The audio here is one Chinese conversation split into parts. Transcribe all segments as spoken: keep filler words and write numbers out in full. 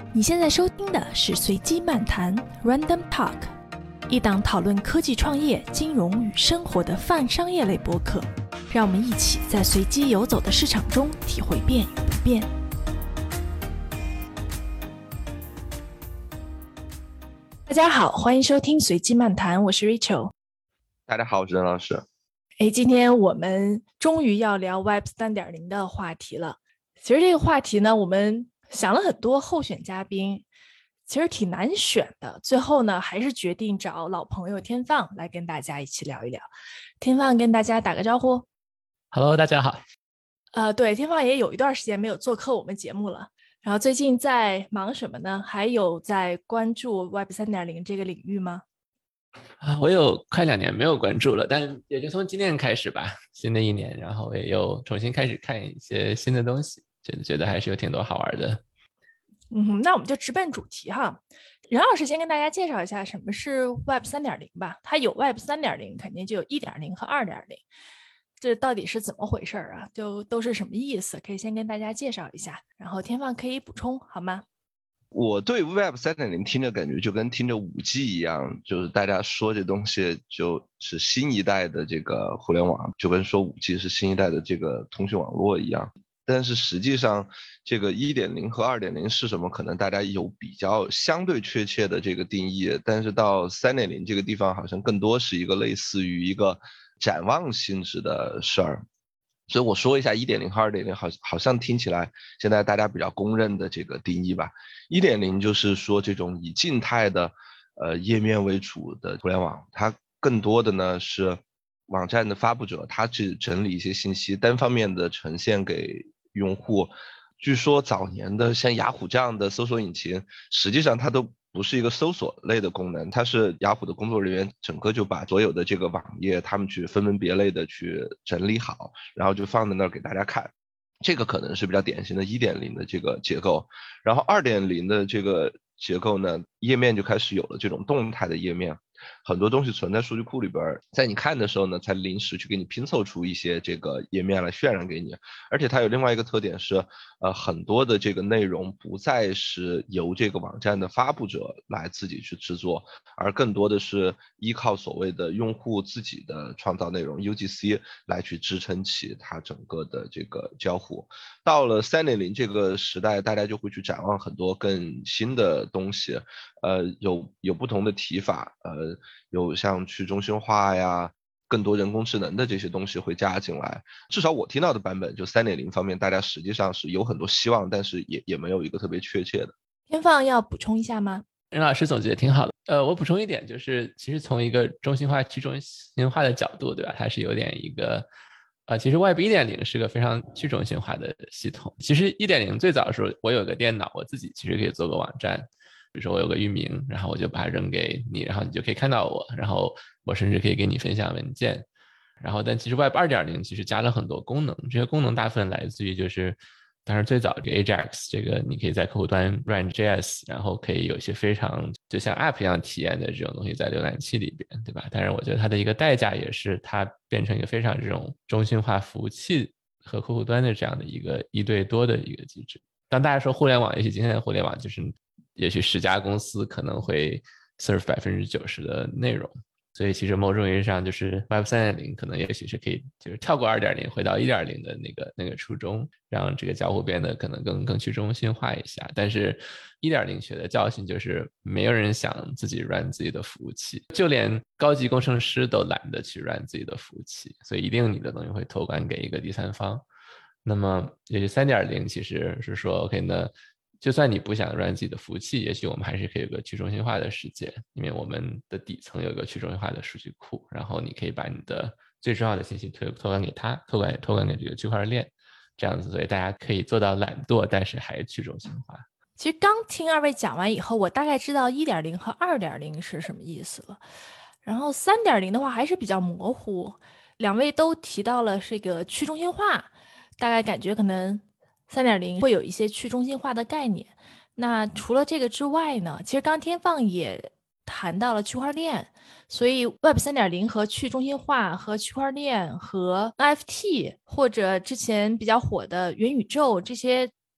你现在收听的是随机漫谈 Random Talk， 一档讨论科技创业、金融与生活的泛商业类播客。让我们一起在随机游走的市场中体会变与不变。大家好，欢迎收听随机漫谈，我是 Rachel。 大家好，我是任老师。 诶，今天我们终于要聊 Web 三点零 的话题了。其实这个话题呢，我们想了很多候选嘉宾，其实挺难选的，最后呢还是决定找老朋友天放来跟大家一起聊一聊。天放跟大家打个招呼。 Hello， 大家好。 呃，对，天放也有一段时间没有做客我们节目了，然后最近在忙什么呢？还有在关注 Web 三点零 这个领域吗？ 啊，我有快两年没有关注了，但也就从今年开始吧，新的一年，然后也又重新开始看一些新的东西，觉得觉得还是有挺多好玩的。 嗯，那我们就直奔主题哈。任老师先跟大家介绍一下什么是 Web 三点零 吧。它有 Web 三点零，肯定就有 一点零 和 二点零，这到底是怎么回事啊？就都是什么意思？可以先跟大家介绍一下，然后天放可以补充好吗？ 我对 Web 三点零 听着感觉就跟听着 五 G 一样，就是大家说这东西就是新一代的这个互联网，就跟说 五 G 是新一代的这个通讯网络一样。但是实际上这个 一点零 和 二点零 是什么，可能大家有比较相对确切的这个定义，但是到 三点零 这个地方好像更多是一个类似于一个展望性质的事儿。所以我说一下 一点零 和 二点零 好, 好像听起来现在大家比较公认的这个定义吧。 一点零 就是说这种以静态的呃页面为主的互联网，它更多的呢是网站的发布者，他只整理一些信息，单方面的呈现给用户。据说早年的像雅虎这样的搜索引擎，实际上它都不是一个搜索类的功能，它是雅虎的工作人员整个就把所有的这个网页他们去分门别类的去整理好，然后就放在那儿给大家看。这个可能是比较典型的 一点零 的这个结构。然后 二点零 的这个结构呢，页面就开始有了这种动态的页面，很多东西存在数据库里边，在你看的时候呢，才临时去给你拼凑出一些这个页面来渲染给你。而且它有另外一个特点是，呃，很多的这个内容不再是由这个网站的发布者来自己去制作，而更多的是依靠所谓的用户自己的创造内容 U G C 来去支撑起它整个的这个交互。到了 三点零 这个时代，大家就会去展望很多更新的东西，呃，有有不同的提法，呃，有像去中心化呀，更多人工智能的这些东西会加进来。至少我听到的版本，就 三点零 方面，大家实际上是有很多希望，但是也也没有一个特别确切的。 天放要补充一下吗？ 任老师总结得挺好的。呃，我补充一点，就是其实从一个中心化、去中心化的角度，对吧？它是有点一个。呃，其实 Web 一点零 是个非常去中心化的系统。其实 一点零 最早的时候，我有个电脑，我自己其实可以做个网站，比如说我有个域名，然后我就把它扔给你，然后你就可以看到我，然后我甚至可以给你分享文件。然后但其实 Web 二点零 其实加了很多功能，这些功能大部分来自于就是当然最早这个 Ajax， 这个你可以在客户端 run J S， 然后可以有一些非常就像 App 一样体验的这种东西在浏览器里边，对吧？当然我觉得它的一个代价也是它变成一个非常这种中心化服务器和客户端的这样的一个一对多的一个机制。当大家说互联网，也许今天的互联网就是也许十家公司可能会 serve 百分之九十的内容。所以其实某种意义上就是 Web 三点零 可能也许是可以就是跳过 二点零 回到 一点零 的那个那个初衷，让这个交互变得可能更更去中心化一下。但是 一点零 学的教训就是没有人想自己 run 自己的服务器，就连高级工程师都懒得去 run 自己的服务器，所以一定你的东西会托管给一个第三方。那么也许 三点零 其实是说 OK， 那就算你不想 run 自己的服务器，也许我们还是可以有个去中心化的世界，因为我们的底层有个去中心化的数据库，然后你可以把你的最重要的信息托托管给它，托管托管给这个区块链，这样子，所以大家可以做到懒惰，但是还去中心化。 其实刚听二位讲完以后，我大概知道 一点零 和 二点零 是什么意思了，然后 三点零 的话还是比较模糊。两位都提到了这个去中心化，大概感觉可能三点零 会有一些去中心化的概念。那除了这个之外呢，其实刚天放也谈到了区块链，所以 Web 三点零 和去中心化和区块链和 N F T 或者之前比较火的元宇宙，这些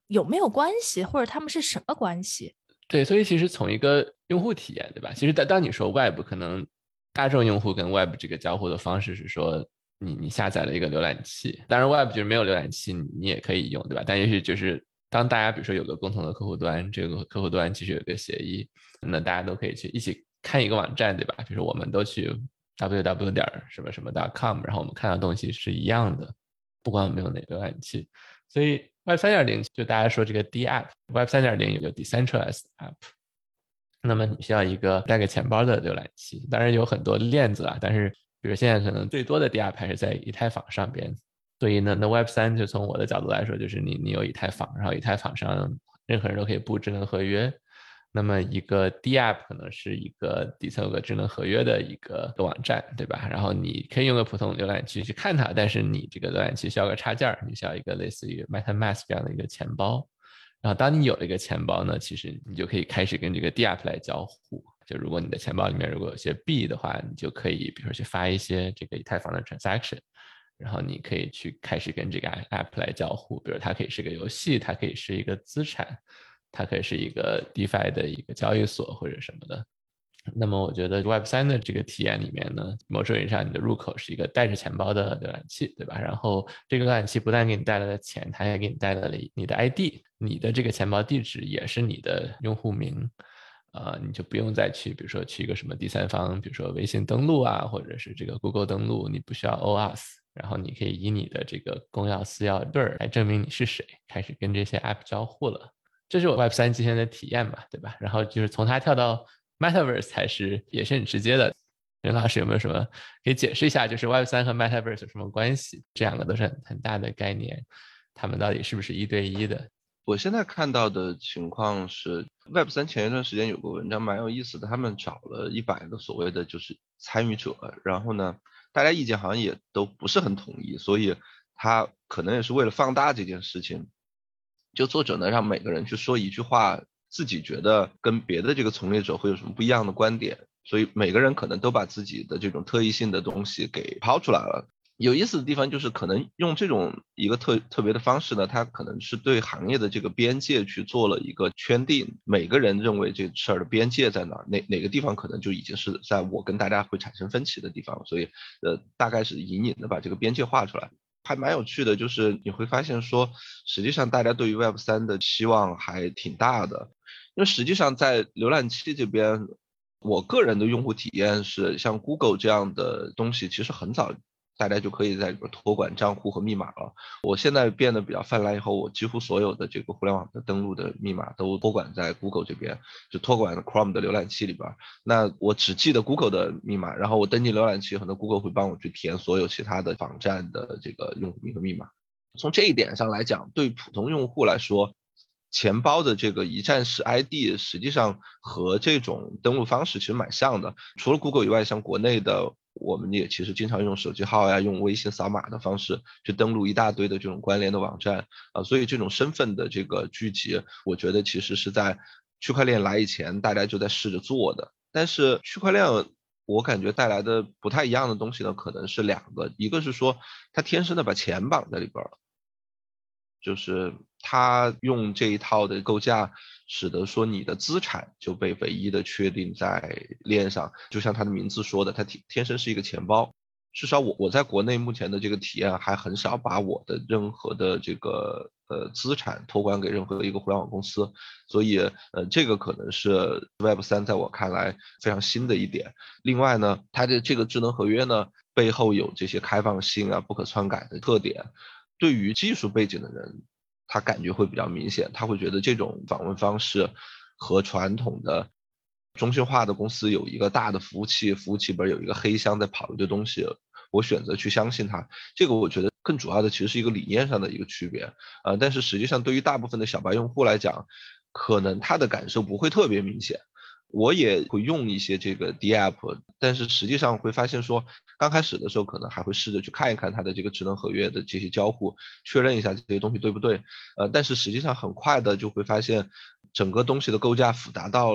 有没有关系，或者他们是什么关系？ 对，所以其实从一个用户体验，对吧？其实当当你说 Web，可能大众用户跟 Web 这个交互的方式是说你你下载了一个浏览器，当然 Web 就是没有浏览器你你也可以用，对吧？但也许就是当大家比如说有个共同的客户端，这个客户端其实有一个协议，那大家都可以去一起看一个网站，对吧？就是我们都去 w w 点什么什么 .com， 然后我们看到东西是一样的，不管我们用哪个浏览器。所以 Web 三点零 就大家说这个 D App，Web 三点零 有个 Decentralized App， 那么你需要一个带个钱包的浏览器，当然有很多链子啊，但是比如现在可能最多的 D App 还是在以太坊上边，所以呢，那 Web 三就从我的角度来说，就是你你有以太坊，然后以太坊上任何人都可以布智能合约。那么一个 D App 可能是一个底层有个智能合约的一个网站，对吧？然后你可以用个普通浏览器去看它，但是你这个浏览器需要个插件，你需要一个类似于 MetaMask 这样的一个钱包。然后当你有了一个钱包呢，其实你就可以开始跟这个 D App 来交互。就如果你的钱包里面如果有些币的话，你就可以比如说去发一些这个以太坊的 transaction， 然后你可以去开始跟这个 App 来交互，比如它可以是个游戏，它可以是一个资产，它可以是一个 DeFi 的一个交易所或者什么的。那么我觉得 Web 三的这个体验里面呢，某种意义上你的入口是一个带着钱包的浏览器，对吧？然后这个浏览器不但给你带来了钱，它还给你带来了你的 I D， 你的这个钱包地址也是你的用户名，呃，你就不用再去比如说去一个什么第三方，比如说微信登录啊，或者是这个 Google 登录，你不需要 O A U T， 然后你可以以你的这个公钥私钥对来证明你是谁，开始跟这些 App 交互了。这是我 Web 三之前的体验嘛，对吧？然后就是从它跳到 Metaverse 才是也是很直接的。任老师有没有什么可以解释一下，就是 Web 三和 Metaverse 有什么关系？这两个都是很很大的概念，他们到底是不是一对一的？ 我现在看到的情况是 Web 三前一段时间有个文章蛮有意思的，他们找了一百个所谓的就是参与者，然后呢大家意见好像也都不是很统一，所以他可能也是为了放大这件事情，就作者呢让每个人去说一句话，自己觉得跟别的这个从业者会有什么不一样的观点，所以每个人可能都把自己的这种特异性的东西给抛出来了。有意思的地方就是可能用这种一个特特别的方式呢，它可能是对行业的这个边界去做了一个圈定，每个人认为这事儿的边界在哪，哪哪个地方可能就已经是在我跟大家会产生分歧的地方，所以呃大概是隐隐的把这个边界画出来。还蛮有趣的，就是你会发现说，实际上大家对于 Web 三的期望还挺大的，因为实际上在浏览器这边，我个人的用户体验是，像 Google 这样的东西，其实很早大家就可以在里边托管账户和密码了。我现在变得比较泛滥以后，我几乎所有的这个互联网的登录的密码都托管在 Google 这边，就托管 Chrome 的浏览器里边。那我只记得 Google 的密码，然后我登进浏览器，可能 Google 会帮我去填所有其他的网站的这个用户名和密码。从这一点上来讲，对普通用户来说，钱包的这个一站式 I D 实际上和这种登录方式其实蛮像的。除了 Google 以外，像国内的我们也其实经常用手机号呀，用微信扫码的方式去登录一大堆的这种关联的网站啊，所以这种身份的这个聚集，我觉得其实是在区块链来以前大家就在试着做的。但是区块链我感觉带来的不太一样的东西呢，可能是两个，一个是说它天生的把钱绑在里边了。就是他用这一套的构架，使得说你的资产就被唯一的确定在链上，就像他的名字说的，它天生是一个钱包。至少我我在国内目前的这个体验还很少把我的任何的这个呃资产托管给任何一个互联网公司，所以呃这个可能是 Web 三在我看来非常新的一点。另外呢，它的这个智能合约呢背后有这些开放性啊、不可篡改的特点。对于技术背景的人，他感觉会比较明显，他会觉得这种访问方式和传统的中心化的公司有一个大的服务器，服务器里边有一个黑箱在跑一堆东西，我选择去相信它。这个我觉得更主要的其实是一个理念上的一个区别，呃，但是实际上对于大部分的小白用户来讲，可能他的感受不会特别明显。我也会用一些这个 D App， 但是实际上会发现说，刚开始的时候可能还会试着去看一看它的这个智能合约的这些交互，确认一下这些东西对不对。呃，但是实际上很快的就会发现，整个东西的构架复杂到了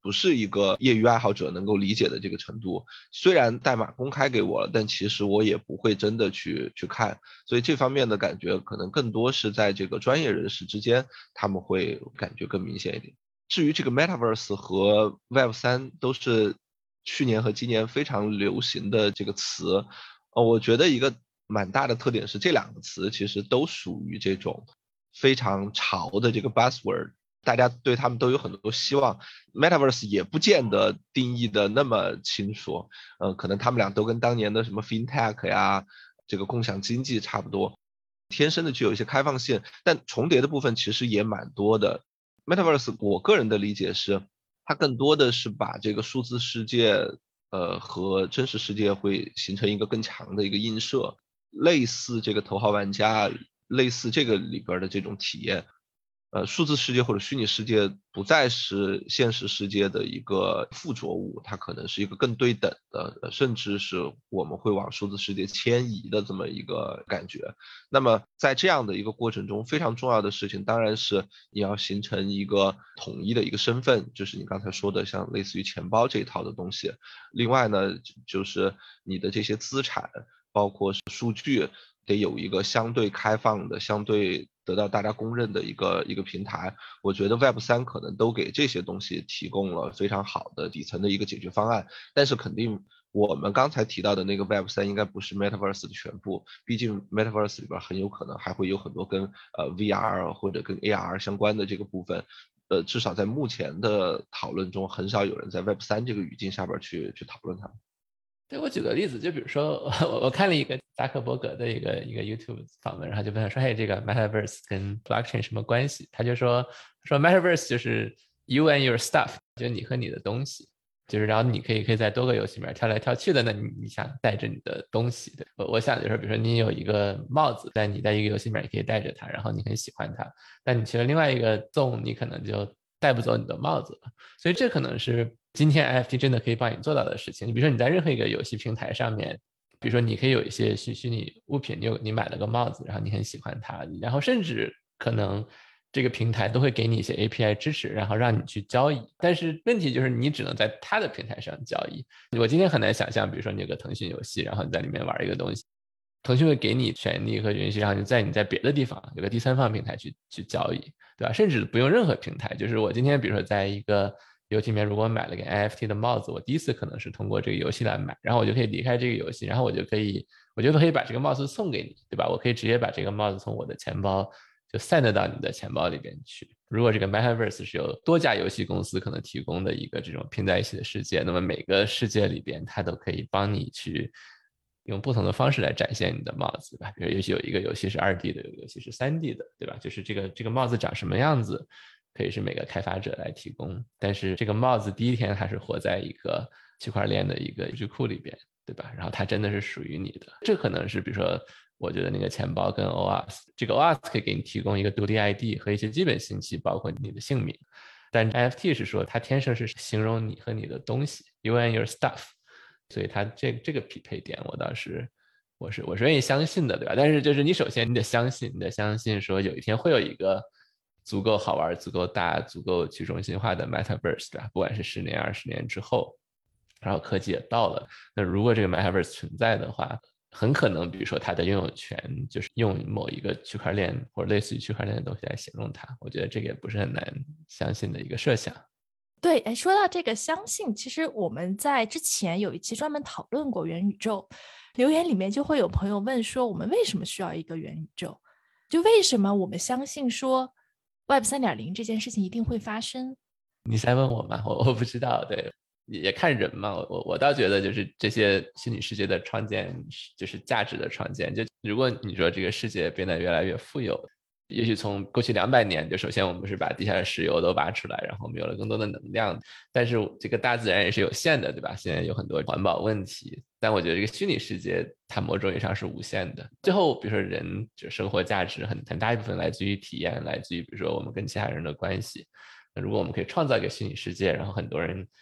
不是一个业余爱好者能够理解的这个程度。虽然代码公开给我了，但其实我也不会真的去去看，所以这方面的感觉可能更多是在这个专业人士之间，他们会感觉更明显一点。至于这个 Metaverse 和 Web 三 都是去年和今年非常流行的这个词，呃，我觉得一个蛮大的特点是这两个词其实都属于这种非常潮的这个 buzzword， 大家对他们都有很多希望。Metaverse 也不见得定义的那么清楚，呃，可能他们俩都跟当年的什么 FinTech 呀，这个共享经济差不多，天生的具有一些开放性，但重叠的部分其实也蛮多的。Metaverse 我个人的理解是，它更多的是把这个数字世界呃和真实世界会形成一个更强的一个映射，类似这个头号玩家，类似这个里边的这种体验。呃，数字世界或者虚拟世界不再是现实世界的一个附着物，它可能是一个更对等的，甚至是我们会往数字世界迁移的这么一个感觉。那么在这样的一个过程中，非常重要的事情当然是你要形成一个统一的一个身份，就是你刚才说的像类似于钱包这一套的东西。另外呢，就是你的这些资产，包括数据，得有一个相对开放的、相对得到大家公认的一个一个平台。我觉得 Web 三 可能都给这些东西提供了非常好的底层的一个解决方案，但是肯定我们刚才提到的那个 Web 三 应该不是 Metaverse 的全部，毕竟 Metaverse 里边很有可能还会有很多跟呃 V R 或者跟 A R 相关的这个部分。呃，至少在目前的讨论中，很少有人在 Web 三 这个语境下边去去讨论它。 对，我举个例子，就比如说我我看了一个扎克伯格的一个一个 YouTube 访问，然后就问他说，嘿，这个 Metaverse 跟 Blockchain 什么关系？他就说说 Metaverse 就是 you and your stuff， 就是你和你的东西，就是然后你可以可以在多个游戏里面跳来跳去的，那你你想带着你的东西，对，我我想就是比如说你有一个帽子，在你在一个游戏里面你可以带着它，然后你很喜欢它，但你去了另外一个 zone， 你可能就带不走你的帽子了，所以这可能是今天 N F T 真的可以帮你做到的事情。你比如说你在任何一个游戏平台上面，比如说你可以有一些虚虚拟物品，你有你买了个帽子，然后你很喜欢它，然后甚至可能这个平台都会给你一些 A P I 支持，然后让你去交易。但是问题就是你只能在它的平台上交易。我今天很难想象，比如说你有个腾讯游戏，然后你在里面玩一个东西，腾讯会给你权利和允许，让你在你在别的地方有个第三方平台去去交易，对吧？甚至不用任何平台，就是我今天比如说在一个游戏里面，如果买了个 N F T 的帽子，我第一次可能是通过这个游戏来买，然后我就可以离开这个游戏，然后我就可以，我就可以把这个帽子送给你，对吧？我可以直接把这个帽子从我的钱包就 send 到你的钱包里边去。如果这个 Metaverse 是由多家游戏公司可能提供的一个这种拼在一起的世界，那么每个世界里边它都可以帮你去用不同的方式来展现你的帽子吧。比如也许有一个游戏是二 D 的，有一个游戏是三 D 的，对吧？就是这个这个帽子长什么样子，可以是每个开发者来提供，但是这个帽子第一天还是活在一个区块链的一个数据库里边，对吧？然后它真的是属于你的。这可能是比如说我觉得那个钱包跟 O A U S， 这个 O A U S 可以给你提供一个独立 I D 和一些基本信息，包括你的姓名，但 N F T 是说它天生是形容你和你的东西 you and your stuff， 所以它这这个匹配点我倒是我是我是愿意相信的，对吧？但是就是你首先你得相信，你得相信说有一天会有一个足够好玩、足够大、足够去中心化的 Metaverse， 对吧？不管是十年、二十年之后，然后科技也到了，那如果这个 Metaverse 存在的话，很可能比如说它的拥有权就是用某一个区块链或者类似于区块链的东西来形容它，我觉得这个也不是很难相信的一个设想。 对，哎，说到这个相信，其实我们在之前有一期专门讨论过元宇宙，留言里面就会有朋友问说，我们为什么需要一个元宇宙？就为什么我们相信说 Web 三点零 这件事情一定会发生？ 你在问我吗？我我不知道，对，也看人嘛。我我倒觉得就是这些虚拟世界的创建，就是价值的创建。就如果你说这个世界变得越来越富有，也许从过去两百年，就首先我们是把地下的石油都挖出来，然后我们有了更多的能量，但是这个大自然也是有限的，对吧？现在有很多环保问题，但我觉得这个虚拟世界它某种意义上是无限的。最后，比如说人就生活价值很很大一部分来自于体验，来自于比如说我们跟其他人的关系。那如果我们可以创造一个虚拟世界，然后很多人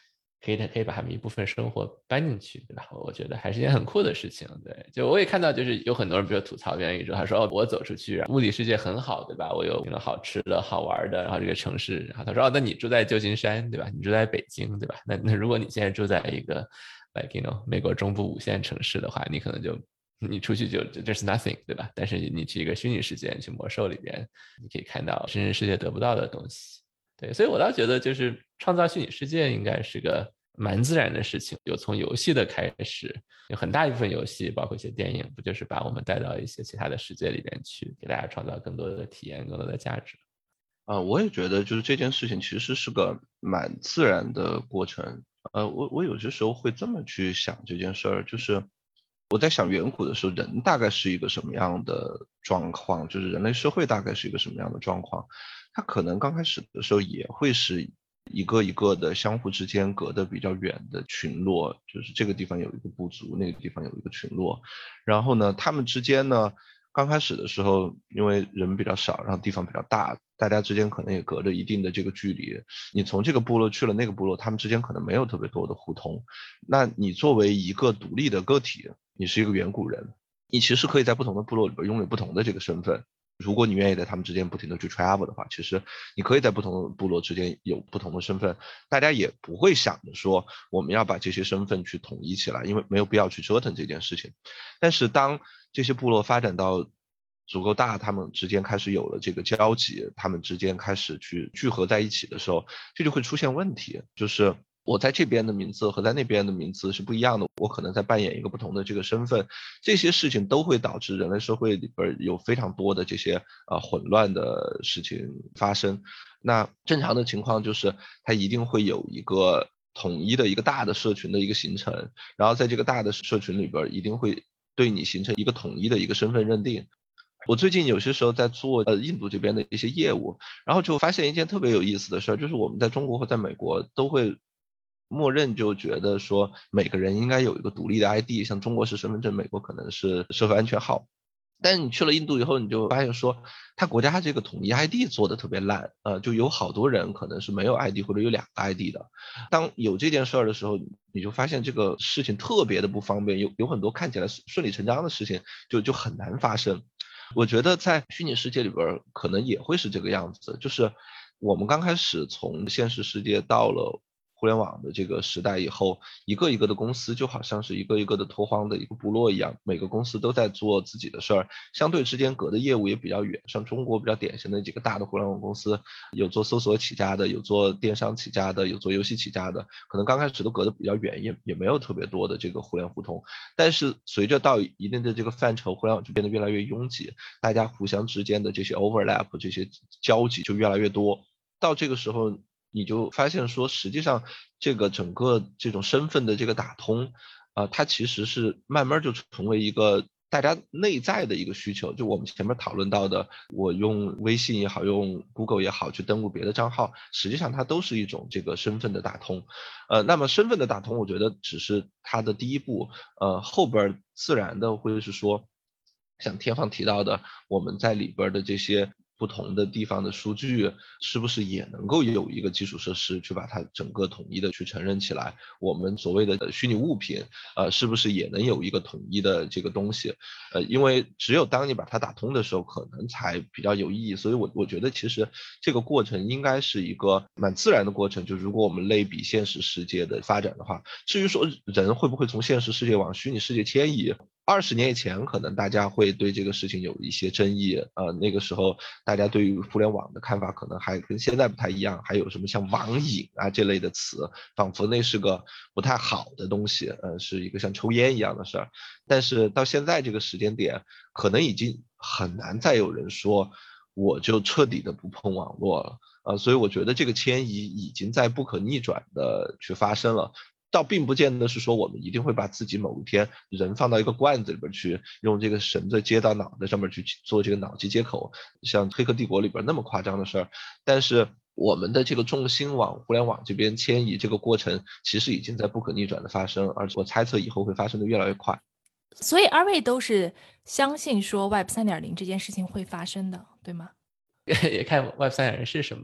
可以可以把他们一部分生活搬进去，对吧？我觉得还是一件很酷的事情。对，就我也看到，就是有很多人，比如吐槽元宇宙，他说哦，我走出去，物理世界很好，对吧？我有好吃的好玩的，然后这个城市，然后他说哦，那你住在旧金山，对吧？你住在北京，对吧？那那如果你现在住在一个 like you know 美国中部五线城市的话，你可能就你出去就 there's nothing， 对吧？但是你去一个虚拟世界，你去魔兽里边，你可以看到真实世界得不到的东西。对，所以我倒觉得就是创造虚拟世界应该是个蛮自然的事情。有从游戏的开始，有很大一部分游戏，包括一些电影，不就是把我们带到一些其他的世界里边去，给大家创造更多的体验，更多的价值。 啊、呃，我也觉得就是这件事情其实是个蛮自然的过程。呃，我我有些时候会这么去想这件事儿，就是我在想远古的时候，人大概是一个什么样的状况，就是人类社会大概是一个什么样的状况。它可能刚开始的时候也会是一个一个的相互之间隔得比较远的群落，就是这个地方有一个部族，那个地方有一个群落，然后呢，他们之间呢，刚开始的时候，因为人比较少，然后地方比较大，大家之间可能也隔着一定的这个距离。你从这个部落去了那个部落，他们之间可能没有特别多的互通。那你作为一个独立的个体，你是一个远古人，你其实可以在不同的部落里边拥有不同的这个身份。如果你愿意在他们之间不停的去 travel 的话，其实你可以在不同的部落之间有不同的身份，大家也不会想着说我们要把这些身份去统一起来，因为没有必要去折腾这件事情。但是当这些部落发展到足够大，他们之间开始有了这个交集，他们之间开始去聚合在一起的时候，这就会出现问题，就是我在这边的名字和在那边的名字是不一样的，我可能在扮演一个不同的这个身份，这些事情都会导致人类社会里边有非常多的这些呃混乱的事情发生。那正常的情况就是它一定会有一个统一的一个大的社群的一个形成，然后在这个大的社群里边一定会对你形成一个统一的一个身份认定。我最近有些时候在做呃印度这边的一些业务，然后就发现一件特别有意思的事儿，就是我们在中国和在美国都会默认就觉得说每个人应该有一个独立的 I D， 像中国是身份证，美国可能是社会安全号。但是你去了印度以后，你就发现说，他国家这个统一 I D 做的特别烂，呃，就有好多人可能是没有 I D 或者有两个 I D 的。当有这件事儿的时候，你就发现这个事情特别的不方便，有有很多看起来顺理成章的事情就就很难发生。我觉得在虚拟世界里边可能也会是这个样子，就是我们刚开始从现实世界到了互联网的这个时代以后，一个一个的公司就好像是一个一个的拓荒的一个部落一样，每个公司都在做自己的事儿，相对之间隔的业务也比较远。像中国比较典型的几个大的互联网公司，有做搜索起家的，有做电商起家的，有做游戏起家的，可能刚开始都隔得比较远，也也没有特别多的这个互联互通。但是随着到一定的这个范畴，互联网就变得越来越拥挤，大家互相之间的这些 overlap 这些交集就越来越多。到这个时候，你就发现说，实际上这个整个这种身份的这个打通，啊、呃，它其实是慢慢就成为一个大家内在的一个需求。就我们前面讨论到的，我用微信也好，用 Google 也好去登录别的账号，实际上它都是一种这个身份的打通。呃，那么身份的打通，我觉得只是它的第一步，呃，后边自然的会是说，像天放提到的，我们在里边的这些不同的地方的数据，是不是也能够有一个基础设施去把它整个统一的去承认起来？我们所谓的虚拟物品，呃，是不是也能有一个统一的这个东西？呃，因为只有当你把它打通的时候，可能才比较有意义。所以我我觉得其实这个过程应该是一个蛮自然的过程。就如果我们类比现实世界的发展的话，至于说人会不会从现实世界往虚拟世界迁移，二十年以前可能大家会对这个事情有一些争议，呃，那个时候大家对于互联网的看法可能还跟现在不太一样，还有什么像网瘾啊这类的词，仿佛那是个不太好的东西，呃，是一个像抽烟一样的事儿。但是到现在这个时间点，可能已经很难再有人说我就彻底的不碰网络了，呃，所以我觉得这个迁移已经在不可逆转的去发生了。倒并不见得是说我们一定会把自己某一天人放到一个罐子里边去，用这个绳子接到脑袋上面去做这个脑机接口，像《黑客帝国》里边那么夸张的事儿。但是我们的这个重心往互联网这边迁移，这个过程其实已经在不可逆转的发生，而且我猜测以后会发生的越来越快。 所以二位都是相信说 Web 三点零 这件事情会发生的，对吗？ 也看 Web 三点零是什么。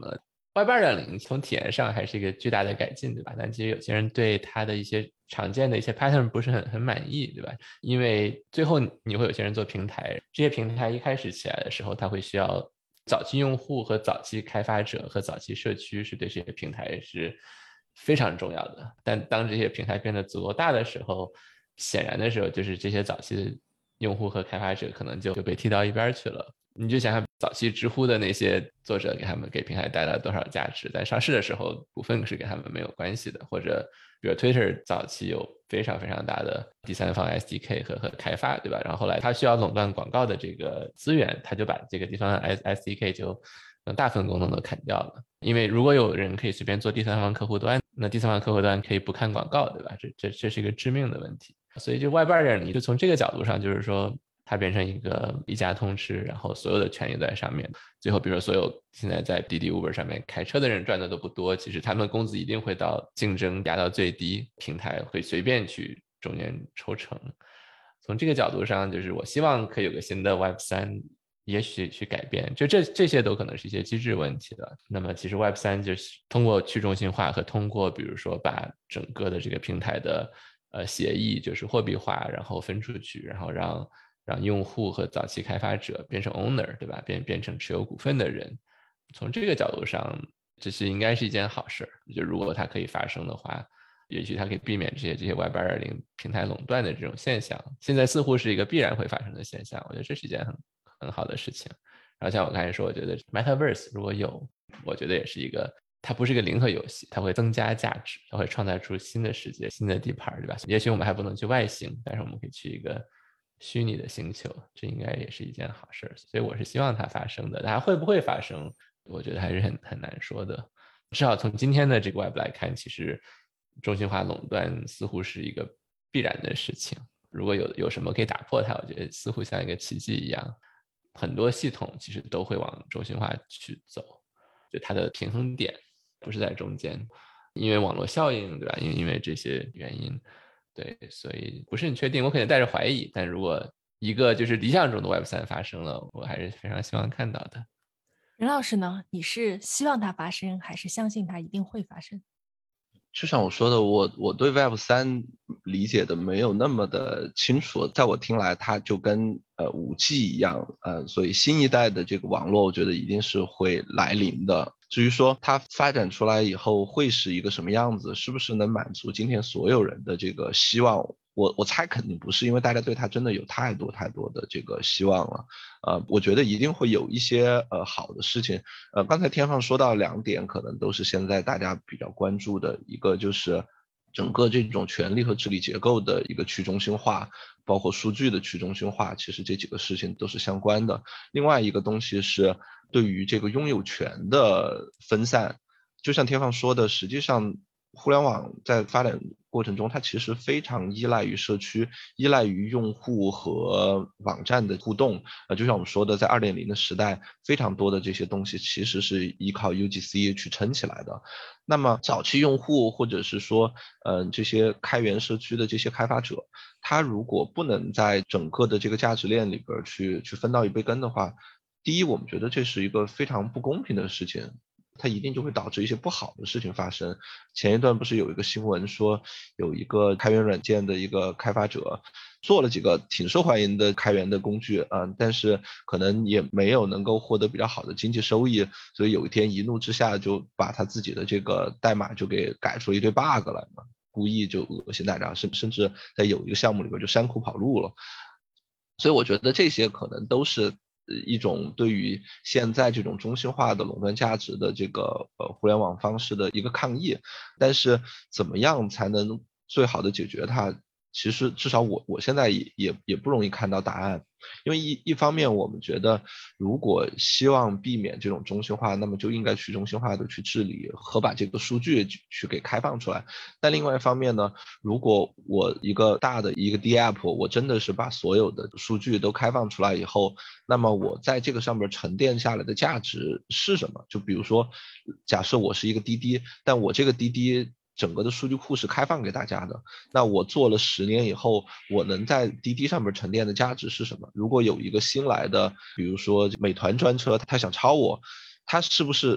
Web 二点零 从体验上还是一个巨大的改进，对吧？但其实有些人对它的一些常见的一些 pattern 不是很很满意，对吧？因为最后你会有些人做平台，这些平台一开始起来的时候，它会需要早期用户和早期开发者和早期社区是对这些平台是非常重要的。但当这些平台变得足够大的时候，显然的时候就是这些早期的用户和开发者可能就就被踢到一边去了。你就想想早期知乎的那些作者给他们给平台带来了多少价值，在上市的时候股份是跟他们没有关系的，或者比如 Twitter 早期有非常非常大的第三方 S D K 和和开发，对吧？然后后来他需要垄断广告的这个资源，他就把这个第三方 S D K 就大份功能都砍掉了。因为如果有人可以随便做第三方客户端，那第三方客户端可以不看广告，对吧？这这这是一个致命的问题。所以就 Web 二点零 就从这个角度上，就是说它变成一个一家通吃，然后所有的权益都在上面。最后比如说所有现在在滴滴 Uber 上面开车的人赚的都不多，其实他们工资一定会到竞争压到最低，平台会随便去中间抽成。从这个角度上，就是我希望可以有个新的 Web 三，也许去改变，就这这些都可能是一些机制问题的。那么其实 Web 三就是通过去中心化和通过比如说把整个的这个平台的呃协议就是货币化，然后分出去，然后让让用户和早期开发者变成 owner， 对吧？变变成持有股份的人。从这个角度上，这是应该是一件好事。就如果它可以发生的话，也许它可以避免这些这些 Web 二点零 平台垄断的这种现象。现在似乎是一个必然会发生的现象，我觉得这是一件很很好的事情。然后像我刚才说，我觉得 Metaverse 如果有，我觉得也是一个，它不是一个零和游戏，它会增加价值，它会创造出新的世界、新的地盘，对吧？也许我们还不能去外星，但是我们可以去一个虚拟的星球，这应该也是一件好事。所以我是希望它发生的，它会不会发生，我觉得还是很很难说的。至少从今天的这个 Web 来看，其实中心化垄断似乎是一个必然的事情。如果有有什么可以打破它，我觉得似乎像一个奇迹一样。很多系统其实都会往中心化去走，就它的平衡点不是在中间，因为网络效应，对吧？因为因为这些原因，对，所以不是很确定，我可能带着怀疑。但如果一个就是理想中的 Web 三发生了，我还是非常希望看到的。 任老师呢？你是希望它发生，还是相信它一定会发生？ 就像我说的，我我对 Web 三理解的没有那么的清楚，在我听来，它就跟呃五 G 一样，呃，所以新一代的这个网络，我觉得一定是会来临的。至于说它发展出来以后会是一个什么样子，是不是能满足今天所有人的这个希望，我我猜肯定不是，因为大家对它真的有太多太多的这个希望了。呃，我觉得一定会有一些呃好的事情。呃，刚才天放说到两点，可能都是现在大家比较关注的，一个就是整个这种权力和治理结构的一个去中心化，包括数据的去中心化，其实这几个事情都是相关的。另外一个东西是对于这个拥有权的分散，就像天放说的，实际上互联网在发展过程中，它其实非常依赖于社区，依赖于用户和网站的互动。呃，就像我们说的，在 二点零 的时代，非常多的这些东西其实是依靠 U G C 去撑起来的。那么早期用户或者是说，呃，这些开源社区的这些开发者，他如果不能在整个的这个价值链里边去去分到一杯羹的话，第一，我们觉得这是一个非常不公平的事情。它一定就会导致一些不好的事情发生。前一段不是有一个新闻说，有一个开源软件的一个开发者做了几个挺受欢迎的开源的工具啊、呃，但是可能也没有能够获得比较好的经济收益，所以有一天一怒之下就把他自己的这个代码就给改出一堆 bug 来嘛，故意就恶心大家，甚甚至在有一个项目里边就删库跑路了。所以我觉得这些可能都是一种对于现在这种中心化的垄断价值的这个呃互联网方式的一个抗议，但是怎么样才能最好的解决它？其实至少我我现在也也也不容易看到答案，因为一一方面我们觉得如果希望避免这种中心化，那么就应该去中心化的去治理和把这个数据去给开放出来。但另外一方面呢，如果我一个大的一个 D App， 我真的是把所有的数据都开放出来以后，那么我在这个上面沉淀下来的价值是什么？就比如说，假设我是一个滴滴，但我这个滴滴整个的数据库是开放给大家的，那我做了十年以后，我能在滴滴上面沉淀的价值是什么？如果有一个新来的，比如说美团专车，他想抄我，他是不是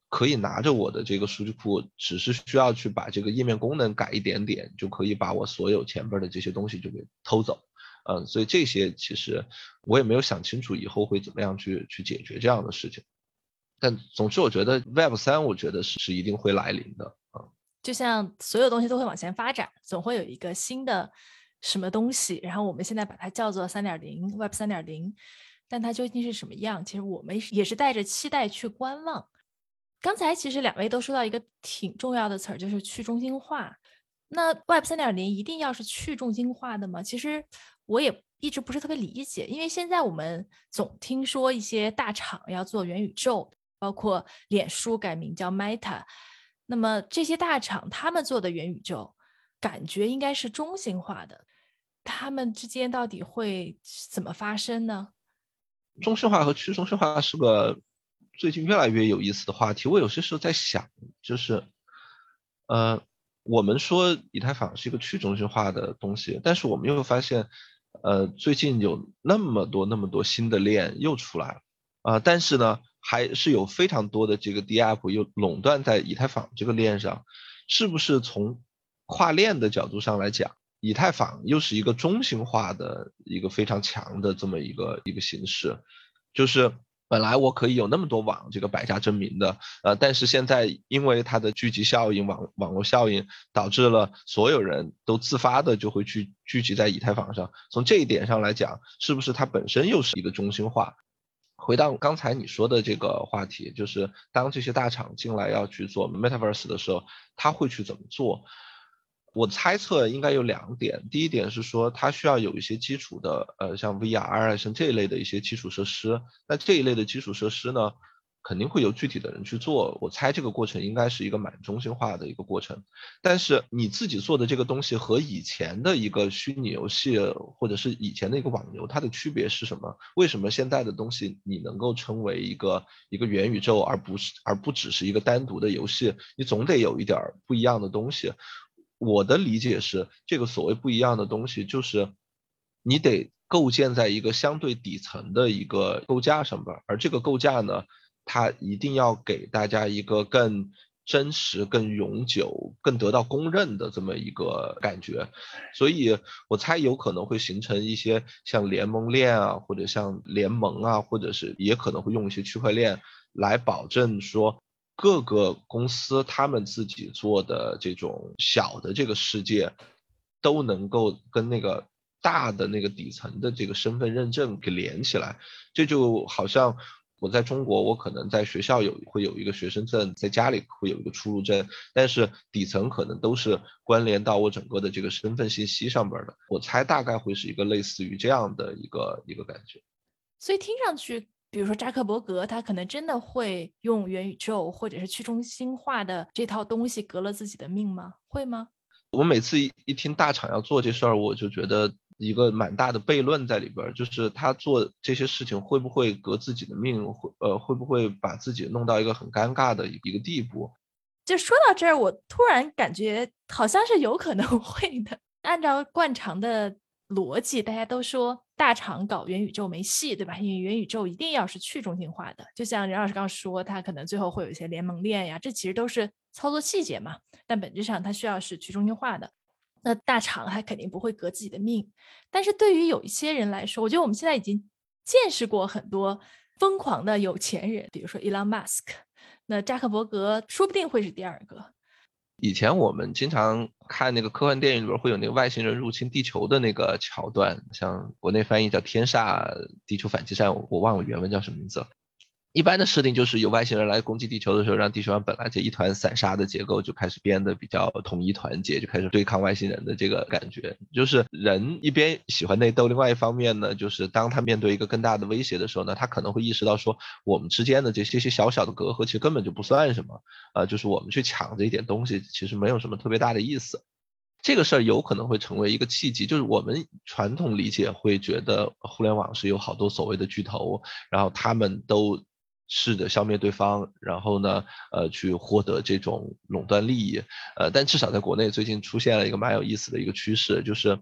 可以拿着我的这个数据库，只是需要去把这个页面功能改一点点，就可以把我所有前边的这些东西就给偷走。嗯，所以这些其实我也没有想清楚以后会怎么样去去解决这样的事情。但总之我觉得 Web 三 我觉得是是一定会来临的。嗯， 就像所有东西都会往前发展，总会有一个新的什么东西，然后我们现在把它叫做 三点零 Web 三点零， 但它究竟是什么样，其实我们也是带着期待去观望。刚才其实两位都说到一个挺重要的词儿，就是去中心化。那 Web 三点零 一定要是去中心化的吗？其实我也一直不是特别理解，因为现在我们总听说一些大厂要做元宇宙，包括脸书改名叫 Meta， 那么这些大厂他们做的元宇宙感觉应该是中心化的，他们之间到底会怎么发生呢？ 中心化和去中心化是个最近越来越有意思的话题。我有些时候在想，就是呃，我们说以太坊是一个去中心化的东西，但是我们又发现，呃，最近有那么多那么多新的链又出来了，啊、呃，但是呢，还是有非常多的这个 D App 又垄断在以太坊这个链上，是不是从跨链的角度上来讲，以太坊又是一个中心化的一个非常强的这么一个一个形式？就是本来我可以有那么多网这个百家争鸣的，呃，但是现在因为它的聚集效应、网网络效应，导致了所有人都自发的就会去聚集在以太坊上。从这一点上来讲，是不是它本身又是一个中心化？回到刚才你说的这个话题，就是当这些大厂进来要去做 Metaverse 的时候，他会去怎么做？我猜测应该有两点，第一点是说它需要有一些基础的，呃，像 V R 啊，像这一类的一些基础设施。那这一类的基础设施呢，肯定会有具体的人去做。我猜这个过程应该是一个蛮中心化的一个过程。但是你自己做的这个东西和以前的一个虚拟游戏或者是以前的一个网游，它的区别是什么？为什么现在的东西你能够称为一个一个元宇宙，而不是而不只是一个单独的游戏？你总得有一点不一样的东西。我的理解是，这个所谓不一样的东西，就是你得构建在一个相对底层的一个构架上边，而这个构架呢，它一定要给大家一个更真实、更永久、更得到公认的这么一个感觉。所以我猜有可能会形成一些像联盟链啊，或者像联盟啊，或者是也可能会用一些区块链来保证说，各个公司他们自己做的这种小的这个世界，都能够跟那个大的那个底层的这个身份认证给连起来。这就好像我在中国，我可能在学校有会有一个学生证，在家里会有一个出入证，但是底层可能都是关联到我整个的这个身份信息上边的。我猜大概会是一个类似于这样的一个一个感觉。 所以听上去，比如说扎克伯格，他可能真的会用元宇宙或者是去中心化的这套东西革了自己的命吗？会吗？ 我每次一一听大厂要做这事儿，我就觉得一个蛮大的悖论在里边，就是他做这些事情会不会革自己的命，会呃会不会把自己弄到一个很尴尬的一个地步？ 就说到这儿，我突然感觉好像是有可能会的。按照惯常的逻辑，大家都说大厂搞元宇宙没戏，对吧？因为元宇宙一定要是去中心化的，就像任老师刚刚说，它可能最后会有一些联盟链呀，这其实都是操作细节嘛，但本质上它需要是去中心化的。那大厂它肯定不会革自己的命，但是对于有一些人来说，我觉得我们现在已经见识过很多疯狂的有钱人，比如说 Elon Musk， 那扎克伯格说不定会是第二个。 以前我们经常看那个科幻电影里边会有那个外星人入侵地球的那个桥段，像国内翻译叫天煞地球反击战，我我忘了原文叫什么名字了。一般的设定就是有外星人来攻击地球的时候，让地球上本来这一团散沙的结构就开始变得比较统一团结，就开始对抗外星人的这个感觉。就是人一边喜欢内斗，另外一方面呢，就是当他面对一个更大的威胁的时候呢，他可能会意识到说，我们之间的这些些小小的隔阂其实根本就不算什么，呃，就是我们去抢这一点东西，其实没有什么特别大的意思。这个事儿有可能会成为一个契机，就是我们传统理解会觉得互联网是有好多所谓的巨头，然后他们都试着消灭对方，然后呢，呃，去获得这种垄断利益，呃，但至少在国内最近出现了一个蛮有意思的一个趋势，就是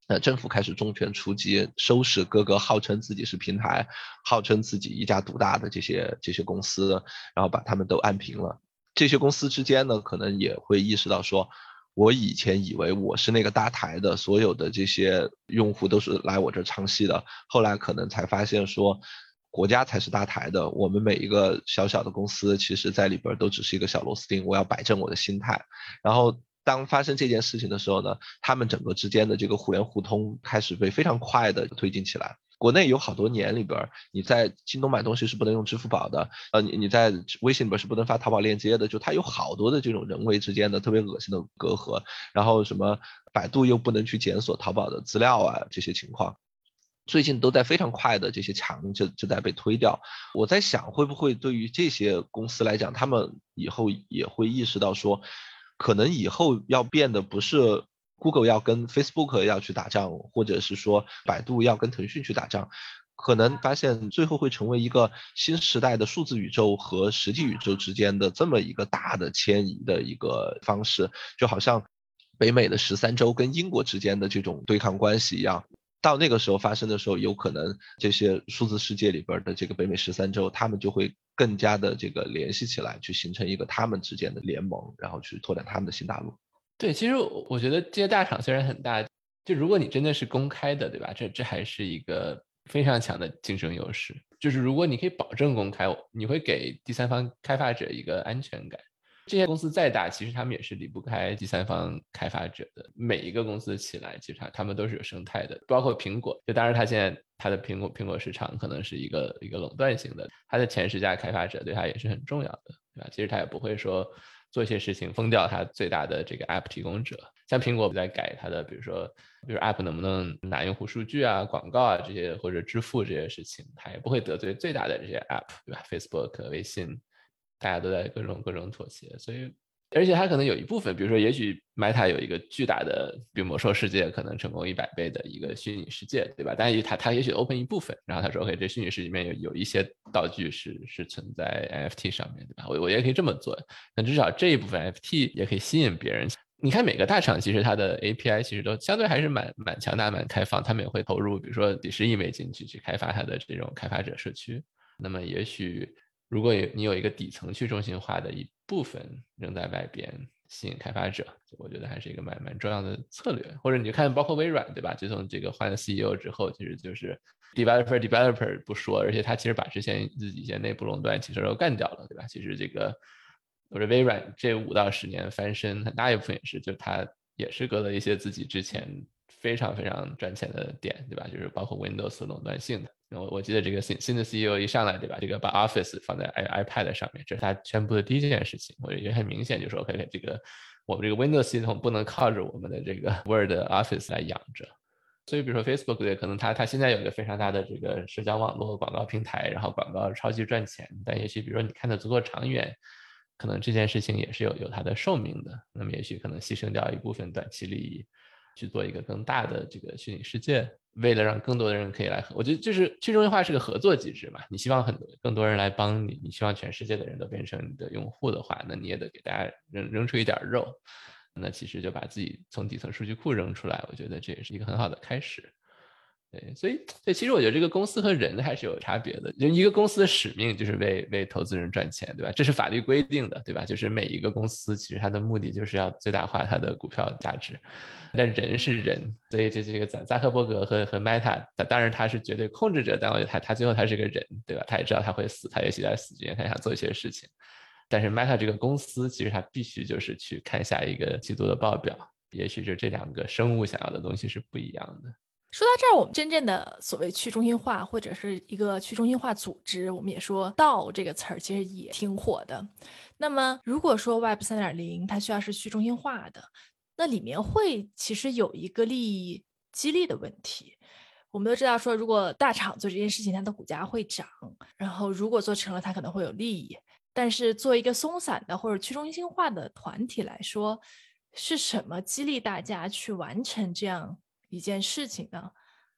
呃，政府开始重拳出击，收拾各个号称自己是平台、号称自己一家独大的这些这些公司，然后把他们都按平了。这些公司之间呢，可能也会意识到说，我以前以为我是那个大台的，所有的这些用户都是来我这儿唱戏的，后来可能才发现说，国家才是大台的，我们每一个小小的公司，其实在里边都只是一个小螺丝钉，我要摆正我的心态。然后当发生这件事情的时候呢，他们整个之间的这个互联互通开始被非常快的推进起来。国内有好多年里边，你在京东买东西是不能用支付宝的，呃，你你在微信里边是不能发淘宝链接的，就它有好多的这种人为之间的特别恶心的隔阂，然后什么百度又不能去检索淘宝的资料啊，这些情况。最近都在非常快的这些墙就就在被推掉。我在想会不会对于这些公司来讲，他们以后也会意识到说，可能以后要变的不是 Google 要跟 Facebook 要去打仗，或者是说百度要跟腾讯去打仗，可能发现最后会成为一个新时代的数字宇宙和实际宇宙之间的这么一个大的迁移的一个方式，就好像北美的十三州跟英国之间的这种对抗关系一样。到那个时候发生的时候，有可能这些数字世界里边的这个北美十三州，他们就会更加的这个联系起来，去形成一个他们之间的联盟，然后去拓展他们的新大陆。 对，其实我觉得这些大厂虽然很大，就如果你真的是公开的，对吧？这这还是一个非常强的竞争优势。就是如果你可以保证公开，你会给第三方开发者一个安全感。这些公司再大，其实他们也是离不开第三方开发者的。每一个公司起来，其实他他们都是有生态的，包括苹果。就当然，它现在它的苹果苹果市场可能是一个一个垄断型的，它的前十家开发者对它也是很重要的，对吧？其实它也不会说做一些事情封掉它最大的这个 app 提供者。像苹果在改它的，比如说，比如 app 能不能拿用户数据啊、广告啊这些，或者支付这些事情，它也不会得罪最大的这些 app， 对吧 ？Facebook、微信。大家都在各种各种妥协，所以而且它可能有一部分，比如说也许 Meta 有一个巨大的，比如魔兽世界可能成功一百倍的一个虚拟世界，对吧？但是它它也许 open 一部分，然后他说 OK， 这虚拟世界里面有有一些道具是是存在 N F T 上面，对吧？我我也可以这么做，那至少这一部分 N F T 也可以吸引别人。你看每个大厂其实它的 A P I 其实都相对还是蛮蛮强大、蛮开放，他们也会投入，比如说几十亿美金去去开发它的这种开发者社区。那么也许如果你有一个底层去中心化的一部分扔在外边吸引开发者，我觉得还是一个蛮蛮重要的策略。或者你看包括微软，对吧？自从这个换了 C E O 之后，其实就是 developer developer 不说，而且他其实把之前自己一些内部垄断其实都干掉了，对吧？其实这个我觉得微软这五到十年翻身很大一部分也是就他也是割了一些自己之前非常非常赚钱的点，对吧？就是包括 Windows 垄断性的。我我记得这个新新的 C E O 一上来，对吧？这个把 Office 放在 iPad 上面，这是他宣布的第一件事情。我也很明显就说 OK， 这个我们这个 Windows 系统不能靠着我们的这个 Word Office 来养着。所以比如说 Facebook 对，可能它它现在有一个非常大的这个社交网络广告平台，然后广告超级赚钱，但也许比如说你看的足够长远，可能这件事情也是有有它的寿命的。那么也许可能牺牲掉一部分短期利益，去做一个更大的这个虚拟世界。为了让更多的人可以来，我觉得就是去中心化是个合作机制嘛。你希望很多更多人来帮你，你希望全世界的人都变成你的用户的话，那你也得给大家扔扔出一点肉。那其实就把自己从底层数据库扔出来，我觉得这也是一个很好的开始。对，所以对，其实我觉得这个公司和人还是有差别的。就一个公司的使命就是为为投资人赚钱，对吧？这是法律规定的，对吧？就是每一个公司其实它的目的就是要最大化它的股票价值。但人是人，所以这这个扎克伯格和和 Meta， 当然他是绝对控制者，但我觉得他他最后他是个人，对吧？他也知道他会死，他也许在死之前他想做一些事情。但是 Meta 这个公司其实它必须就是去看下一个季度的报表，也许就这两个生物想要的东西是不一样的。 说到这儿，我们真正的所谓去中心化或者是一个去中心化组织，我们也说道这个词儿其实也挺火的。那么如果说 Web 三点零 它需要是去中心化的，那里面会其实有一个利益激励的问题。我们都知道说，如果大厂做这件事情，它的股价会涨，然后如果做成了，它可能会有利益。但是做一个松散的或者去中心化的团体来说，是什么激励大家去完成这样一件事情呢？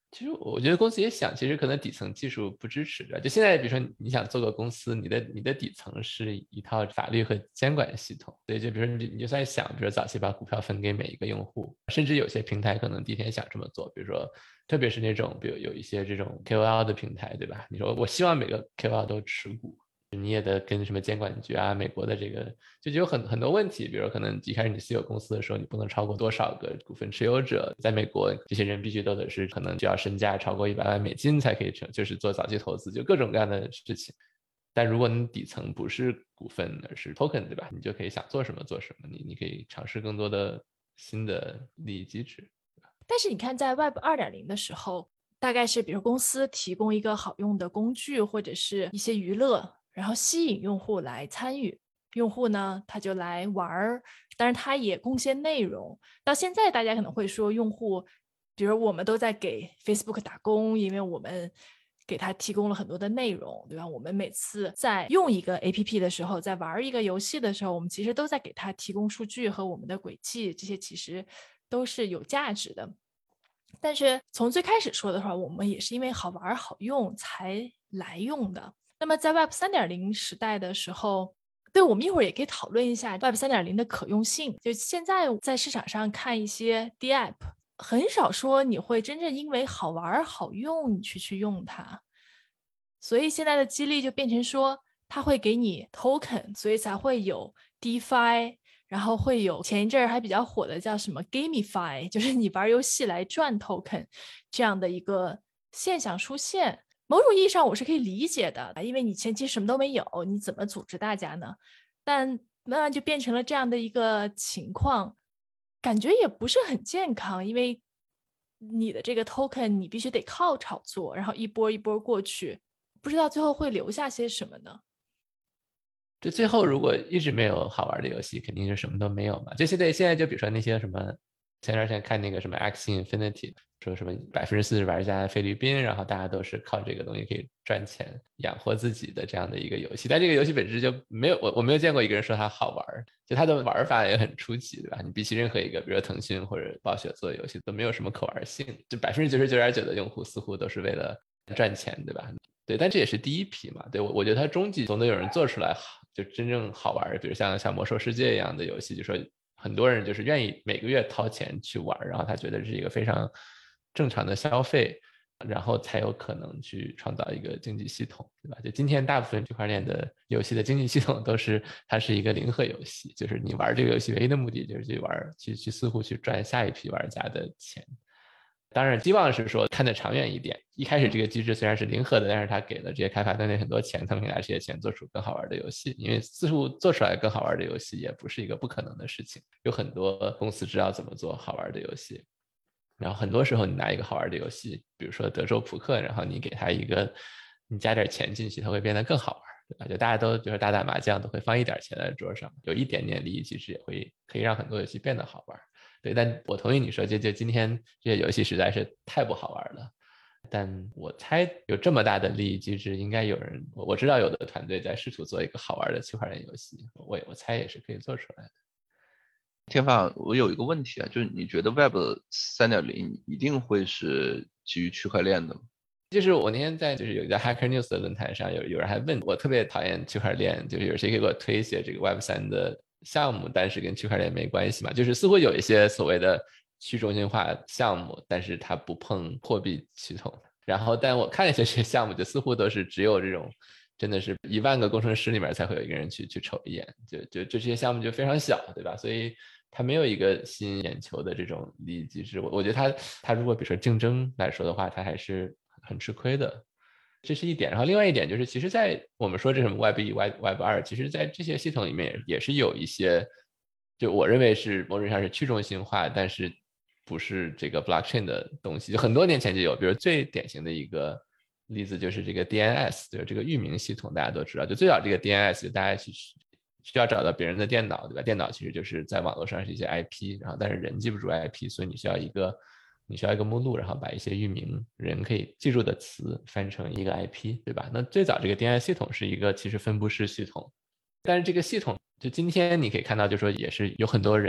其实我觉得公司也想，其实可能底层技术不支持的。就现在，比如说你想做个公司，你的你的底层是一套法律和监管系统。所以就比如说你你就在想，比如说早期把股票分给每一个用户，甚至有些平台可能第一天想这么做，比如说特别是那种比如有一些这种 K O L 的平台，对吧？你说我希望每个 K O L 都持股。你也得跟什么监管局啊，美国的这个就有很很多问题，比如可能一开始你私有公司的时候，你不能超过多少个股份持有者，在美国这些人必须都得是可能就要身价超过一百万美金才可以成，就是做早期投资，就各种各样的事情。但如果你底层不是股份而是 token， 对吧？你就可以想做什么做什么，你你可以尝试更多的新的利益机制。 但是你看，在 Web 二点零 的时候，大概是比如公司提供一个好用的工具或者是一些娱乐，然后吸引用户来参与，用户呢他就来玩，当然他也贡献内容。到现在大家可能会说，用户比如我们都在给 Facebook 打工，因为我们给他提供了很多的内容，对吧？我们每次在用一个 A P P 的时候，在玩一个游戏的时候，我们其实都在给他提供数据和我们的轨迹，这些其实都是有价值的。但是从最开始说的话，我们也是因为好玩好用才来用的。那么在 Web 三点零 时代的时候，对，我们一会儿也可以讨论一下 Web 三点零 的可用性。就现在在市场上看一些 D App， 很少说你会真正因为好玩好用你去去用它，所以现在的激励就变成说它会给你 token， 所以才会有 DeFi，然后会有前一阵儿还比较火的叫什么 gamify， 就是你玩游戏来赚 token 这样的一个现象出现。某种意义上我是可以理解的，因为你前期什么都没有，你怎么组织大家呢？但慢慢就变成了这样的一个情况，感觉也不是很健康，因为你的这个 token 你必须得靠炒作，然后一波一波过去，不知道最后会留下些什么呢？ 就最后如果一直没有好玩的游戏，肯定是什么都没有嘛。就现在现在就比如说那些什么，前段时间看那个什么 Axie Infinity， 说什么百分之四十玩家在菲律宾，然后大家都是靠这个东西可以赚钱养活自己的这样的一个游戏。但这个游戏本质就没有我我没有见过一个人说它好玩，就它的玩法也很初级，对吧？你比起任何一个比如说腾讯或者暴雪做的游戏都没有什么可玩性，就百分之九十九点九的用户似乎都是为了赚钱，对吧？对，但这也是第一批嘛。对，我我觉得它终极总得有人做出来好，就真正好玩，比如像像魔兽世界一样的游戏，就说很多人就是愿意每个月掏钱去玩，然后他觉得是一个非常正常的消费，然后才有可能去创造一个经济系统，对吧？就今天大部分区块链的游戏的经济系统都是它是一个零和游戏，就是你玩这个游戏唯一的目的就是去玩，去去似乎去赚下一批玩家的钱。当然希望是说看得长远一点，一开始这个机制虽然是零和的，但是它给了这些开发团队很多钱，他们可以拿这些钱做出更好玩的游戏，因为似乎做出来更好玩的游戏也不是一个不可能的事情，有很多公司知道怎么做好玩的游戏。然后很多时候你拿一个好玩的游戏，比如说德州扑克，然后你给它一个你加点钱进去，它会变得更好玩，对吧？就大家都就是打打麻将都会放一点钱在桌上，有一点点利益机制也会可以让很多游戏变得好玩。对，但我同意你说，就就今天这些游戏实在是太不好玩了。但我猜有这么大的利益机制，应该有人，我我知道有的团队在试图做一个好玩的区块链游戏，我我猜也是可以做出来的。 天发，我有一个问题啊，就是你觉得 Web 三点零 一定会是基于区块链的吗？ 就是我那天在就是有一家 Hacker News 的论坛上，有有人还问我，特别讨厌区块链，就是有谁可以给我推一些这个 Web 三的项目，但是跟区块链没关系嘛？就是似乎有一些所谓的去中心化项目，但是它不碰货币系统。然后，但我看了一些这些项目，就似乎都是只有这种真的是一万个工程师里面才会有一个人去去瞅一眼，就就就这些项目就非常小，对吧？所以它没有一个吸引眼球的这种利益机制。我我觉得它它如果比如说竞争来说的话，它还是很吃亏的。这是一点。然后另外一点就是，其实在我们说这什么 Web 一、Web Web 二，其实在这些系统里面也是有一些，就我认为是某种上是去中心化，但是不是这个 blockchain 的东西，就很多年前就有。比如最典型的一个例子就是这个 D N S， 就是这个域名系统，大家都知道，就最早这个 D N S 大家去需要找到别人的电脑，对吧？电脑其实就是在网络上是一些 I P， 然后但是人记不住 I P， 所以你需要一个你需要一个目录，然后把一些域名人可以记住的词翻成一个 I P， 对吧？那最早这个 D N S 系统是一个其实分布式系统，但是这个系统就今天你可以看到，就说也是有很多人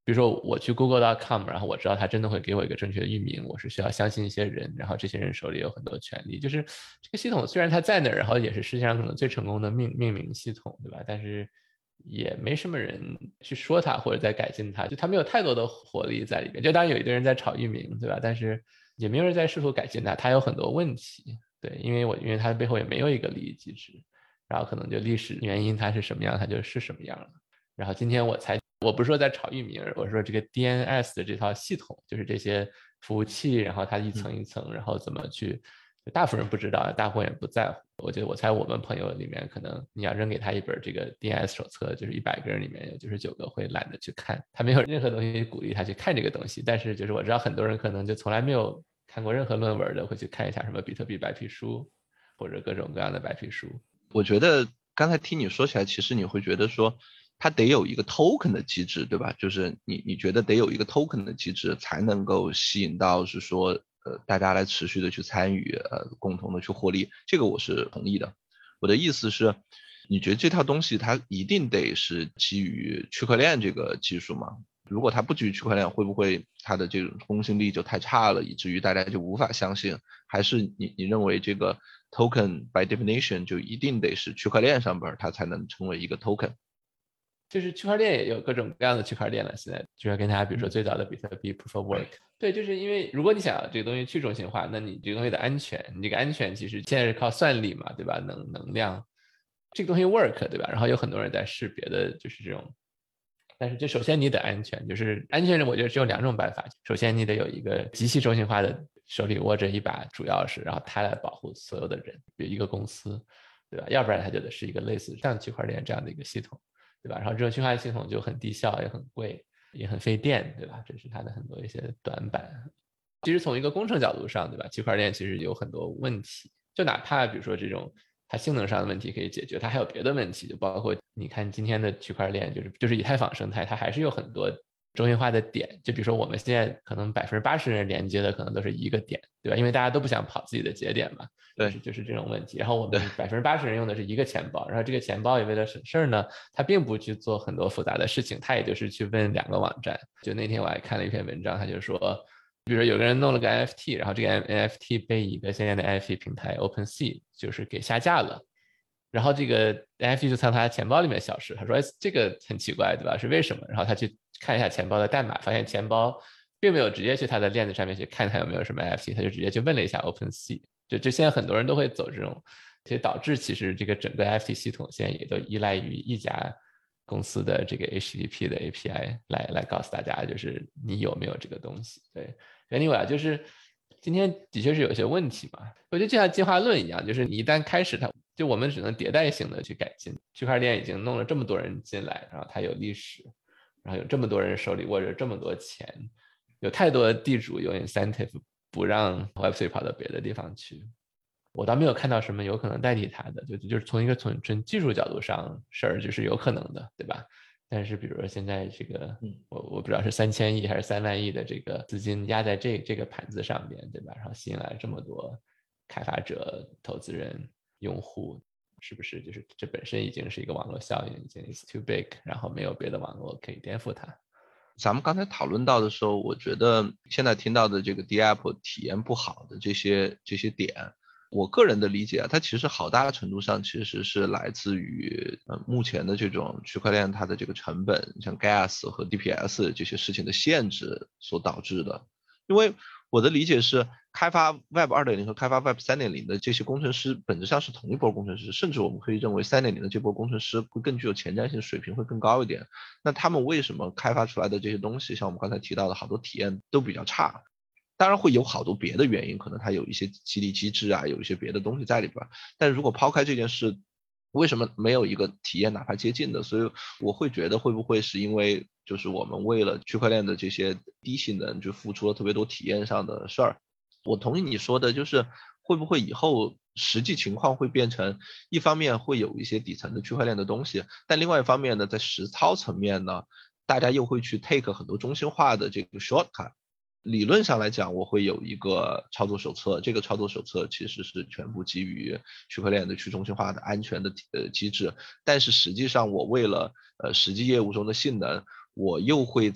比如说我去 google 点 com， 然后我知道他真的会给我一个正确的域名，我是需要相信一些人，然后这些人手里有很多权利。就是这个系统虽然它在那儿，然后也是世界上可能最成功的命命名系统，对吧？但是也没什么人去说它或者在改进它，就它没有太多的活力在里边。就当然有一堆人在炒域名，对吧？但是也没有人在试图改进它，它有很多问题。对，因为我因为它背后也没有一个利益机制，然后可能就历史原因它是什么样，它就是什么样了。然后今天我才，我不是说在炒域名，我是说这个 D N S 的这套系统，就是这些服务器，然后它一层一层，然后怎么去，大部分人不知道，大部分人不在乎。我觉得我猜我们朋友里面，可能你要扔给他一本这个 D N S 手册，就是一百个人里面有九十九个会懒得去看，他没有任何东西鼓励他去看这个东西。但是就是我知道很多人可能就从来没有看过任何论文的，会去看一下什么比特币白皮书或者各种各样的白皮书。 我觉得刚才听你说起来，其实你会觉得说它得有一个 token 的机制，对吧？就是你你觉得得有一个 token 的机制才能够吸引到是说呃大家来持续的去参与，呃共同的去获利，这个我是同意的。我的意思是，你觉得这套东西它一定得是基于区块链这个技术吗？如果它不基于区块链，会不会它的这种公信力就太差了，以至于大家就无法相信？还是你你认为这个 token by definition 就一定得是区块链上边它才能成为一个 token？ 就是区块链也有各种各样的区块链了，现在就是跟大家比如说最早的比特币 Proof of Work， 对，就是因为如果你想要这个东西去中心化，那你这个东西的安全，你这个安全其实现在是靠算力嘛，对吧？能能量，这个东西 work， 对吧？然后有很多人在试别的，就是这种，但是就首先你得安全，就是安全，我觉得只有两种办法，首先你得有一个极其中心化的，手里握着一把主钥匙，然后他来保护所有的人，比如一个公司，对吧？要不然它就得是一个类似像区块链这样的一个系统。对吧？然后这种区块链系统就很低效，也很贵，也很费电，对吧？这是它的很多一些短板。其实从一个工程角度上，对吧？区块链其实有很多问题，就哪怕比如说这种它性能上的问题可以解决，它还有别的问题，就包括你看今天的区块链，就是就是以太坊生态，它还是有很多中心化的点。就比如说我们现在可能百分之八十人连接的可能都是一个点，对吧？因为大家都不想跑自己的节点嘛。 对， 就是就是这种问题。然后我们百分之八十人用的是一个钱包，然后这个钱包也为了省事儿呢，它并不去做很多复杂的事情，它也就是去问两个网站。就那天我还看了一篇文章，他就说，比如说有个人弄了个 N F T， 然后这个 N F T 被一个现在的 N F T 平台 OpenSea 就是给下架了。然后这个 N F T 就从他钱包里面消失，他说：“哎，这个很奇怪，对吧？是为什么？”然后他去看一下钱包的代码，发现钱包并没有直接去他的链子上面去看它有没有什么 N F T， 他就直接去问了一下 OpenSea。就就现在很多人都会走这种，所以导致其实这个整个 N F T 系统现在也都依赖于一家公司的这个 H T T P 的 A P I 来来告诉大家，就是你有没有这个东西。对 ，Anyway 就是今天的确是有一些问题嘛。我觉得就像进化论一样，就是你一旦开始它，就我们只能迭代性的去改进。区块链已经弄了这么多人进来，然后它有历史，然后有这么多人手里握着这么多钱，有太多的地主有 incentive。不让 Web 三 跑到别的地方去，我倒没有看到什么有可能代替它的，就就是从一个从纯技术角度上事儿就是有可能的，对吧？但是比如说现在这个，我我不知道是三千亿还是三万亿的这个资金压在这这个盘子上边，对吧？然后吸引来这么多开发者、投资人、用户，是不是就是这本身已经是一个网络效应，已经 is too big， 然后没有别的网络可以颠覆它。 咱们刚才讨论到的时候，我觉得现在听到的这个 D App 体验不好的这些这些点，我个人的理解啊，它其实好大程度上其实是来自于呃目前的这种区块链它的这个成本，像 Gas 和 D P S 这些事情的限制所导致的。因为我的理解是，开发 Web 二点零 和开发 Web 三点零 的这些工程师本质上是同一波工程师，甚至我们可以认为 三点零 的这波工程师会更具有前瞻性，水平会更高一点。那他们为什么开发出来的这些东西，像我们刚才提到的好多体验都比较差？当然会有好多别的原因，可能它有一些激励机制啊，有一些别的东西在里边。但如果抛开这件事，为什么没有一个体验哪怕接近的？所以我会觉得会不会是因为就是我们为了区块链的这些低性能就付出了特别多体验上的事儿。我同意你说的，就是会不会以后实际情况会变成一方面会有一些底层的区块链的东西，但另外一方面呢，在实操层面呢，大家又会去 take 很多中心化的这个 shortcut。理论上来讲，我会有一个操作手册，这个操作手册其实是全部基于区块链的去中心化的安全的呃机制，但是实际上我为了呃实际业务中的性能，我又会在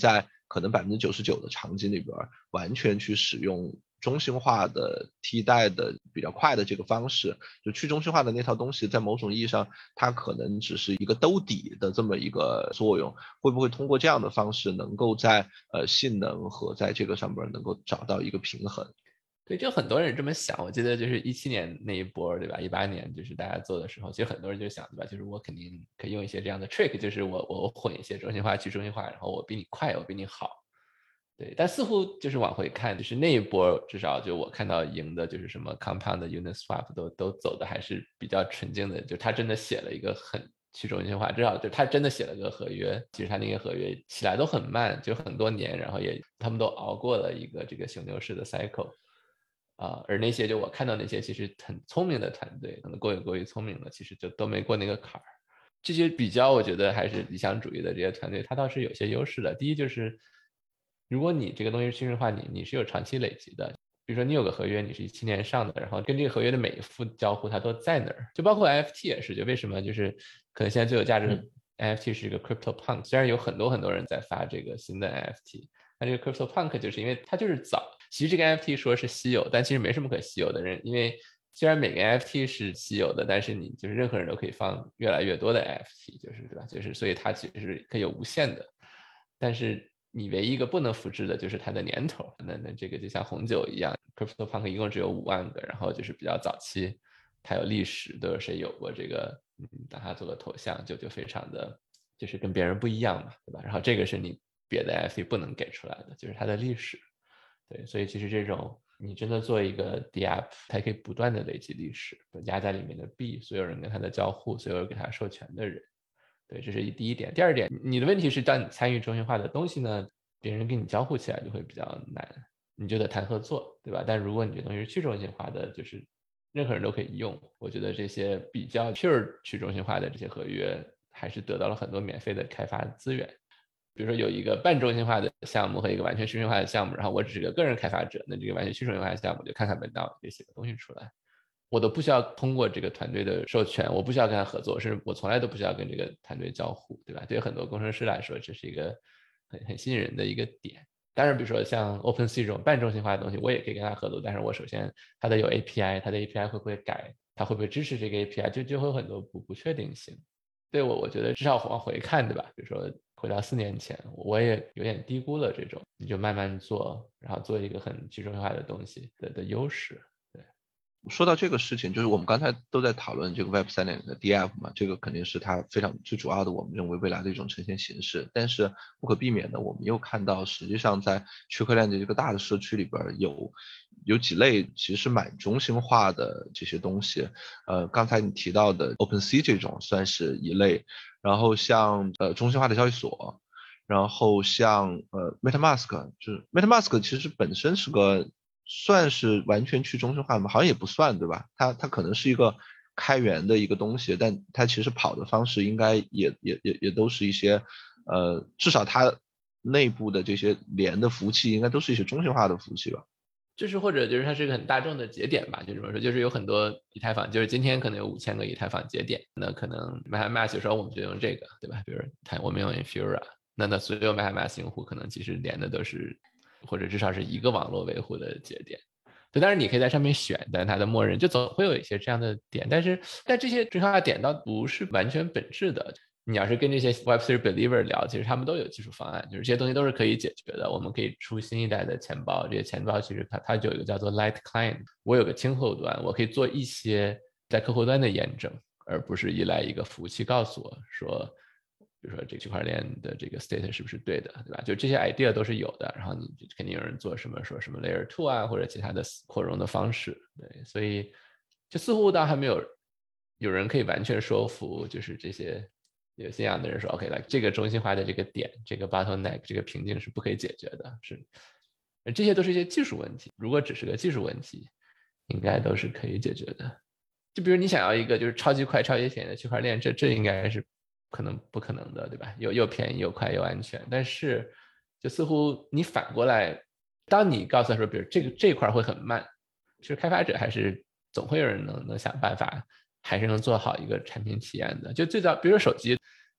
可能百分之九十九的场景里边完全去使用中心化的替代的比较快的这个方式，就去中心化的那套东西，在某种意义上，它可能只是一个兜底的这么一个作用。会不会通过这样的方式，能够在呃性能和在这个上边能够找到一个平衡？ 对，就很多人这么想。我记得就是一七年那一波，对吧？一八年就是大家做的时候，其实很多人就想，对吧？就是我肯定可以用一些这样的 trick，就是我我混一些中心化去中心化，然后我比你快，我比你好。对，但似乎就是往回看，就是那一波至少就我看到赢的就是什么 Compound、Uniswap 都都走的还是比较纯净的，就他真的写了一个很去中心化，至少就他真的写了个合约，其实他那个合约起来都很慢，就很多年，然后也他们都熬过了一个这个熊牛市的 cycle 啊、呃，而那些就我看到那些其实很聪明的团队，可能过于过于聪明了，其实就都没过那个坎儿。这些比较，我觉得还是理想主义的这些团队，它倒是有些优势的。第一就是，如果你这个东西是去中心化，你你是有长期累积的。比如说你有个合约，你是一七年上的，然后跟这个合约的每一幅交互它都在那儿，就包括 N F T 也是。就为什么就是可能现在最有价值的 N F T 是一个 CryptoPunk，虽然有很多很多人在发这个新的 N F T， 但这个 CryptoPunk 就是因为它就是早。其实这个 N F T 说是稀有，但其实没什么可稀有的人，因为虽然每个 N F T 是稀有的，但是你就是任何人都可以放越来越多的 N F T， 就是对吧？就是所以它其实是可以有无限的，但是你唯一一个不能复制的就是它的年头。那那这个就像红酒一样 ，CryptoPunk 一共只有五万个，然后就是比较早期，它有历史，都有谁有过这个，嗯，当它做个头像，就就非常的就是跟别人不一样嘛，对吧？然后这个是你别的 N F T 不能给出来的，就是它的历史。对，所以其实这种你真的做一个 D A P， 它可以不断的累积历史，压在里面的币，所有人跟它的交互，所有人给它授权的人。对，这是第一点。第二点，你的问题是，当你参与中心化的东西呢，别人跟你交互起来就会比较难，你就得谈合作，对吧？但如果你这东西是去中心化的，就是任何人都可以用，我觉得这些比较 pure 去中心化的这些合约，还是得到了很多免费的开发资源。比如说有一个半中心化的项目和一个完全去中心化的项目，然后我只是个个人开发者，那这个完全去中心化的项目就看看门道，可以写个东西出来。我都不需要通过这个团队的授权，我不需要跟他合作，甚至我从来都不需要跟这个团队交互，对吧？对于很多工程师来说，这是一个很很吸引人的一个点。当然，比如说像 OpenSea 这种半中心化的东西，我也可以跟他合作，但是我首先它得有 A P I， 它的 A P I 会不会改，它会不会支持这个 A P I， 就就会有很多不不确定性。对我，我觉得至少往回看，对吧？比如说回到四年前，我也有点低估了这种，你就慢慢做，然后做一个很去中心化的东西的的优势。 说到这个事情，就是我们刚才都在讨论这个 Web 三点零 的 D F 嘛，这个肯定是它非常最主要的，我们认为未来的一种呈现形式。但是不可避免的，我们又看到，实际上在区块链的这个大的社区里边，有有几类其实是蛮中心化的这些东西。呃，刚才你提到的 OpenSea 这种算是一类，然后像呃中心化的交易所，然后像呃 MetaMask， 就是 MetaMask 其实本身是个。算是完全去中心化吗？好像也不算，对吧？它它可能是一个开源的一个东西，但它其实跑的方式应该也也也也都是一些，呃，至少它内部的这些连的服务器应该都是一些中心化的服务器吧。 就是或者就是它是一个很大众的节点吧，就这么说，就是有很多以太坊，就是今天可能有五千个以太坊节点，那可能 MetaMask 说我们就用这个，对吧？比如它我们用 Infura， 那那所有 MetaMask 用户可能其实连的都是。或者至少是一个网络维护的节点，对，当然你可以在上面选，但它的默认就总会有一些这样的点，但是但这些中心化点倒不是完全本质的。你要是跟这些 Web 三 believer 聊，其实他们都有技术方案，就是这些东西都是可以解决的。我们可以出新一代的钱包，这些钱包其实它它就有一个叫做 Light Client， 我有个轻后端，我可以做一些在客户端的验证，而不是依赖一个服务器告诉我说。比如说这个区块链的这个 state 是不是对的，对吧？就这些 idea 都是有的，然后你肯定有人做什么说什么 layer two 啊，或者其他的扩容的方式，对，所以就似乎倒还没有有人可以完全说服，就是这些有信仰的人说 ，OK， 来这个中心化的这个点，这个 bottleneck 这个瓶颈是不可以解决的，是，这些都是一些技术问题。如果只是个技术问题，应该都是可以解决的。就比如你想要一个就是超级快、超级便宜的区块链，这这应该是。可能不可能的，对吧？又又便宜又快又安全，但是就似乎你反过来，当你告诉他说，比如这个这块会很慢，其实开发者还是总会有人能能想办法，还是能做好一个产品体验的。就最早，比如说手机，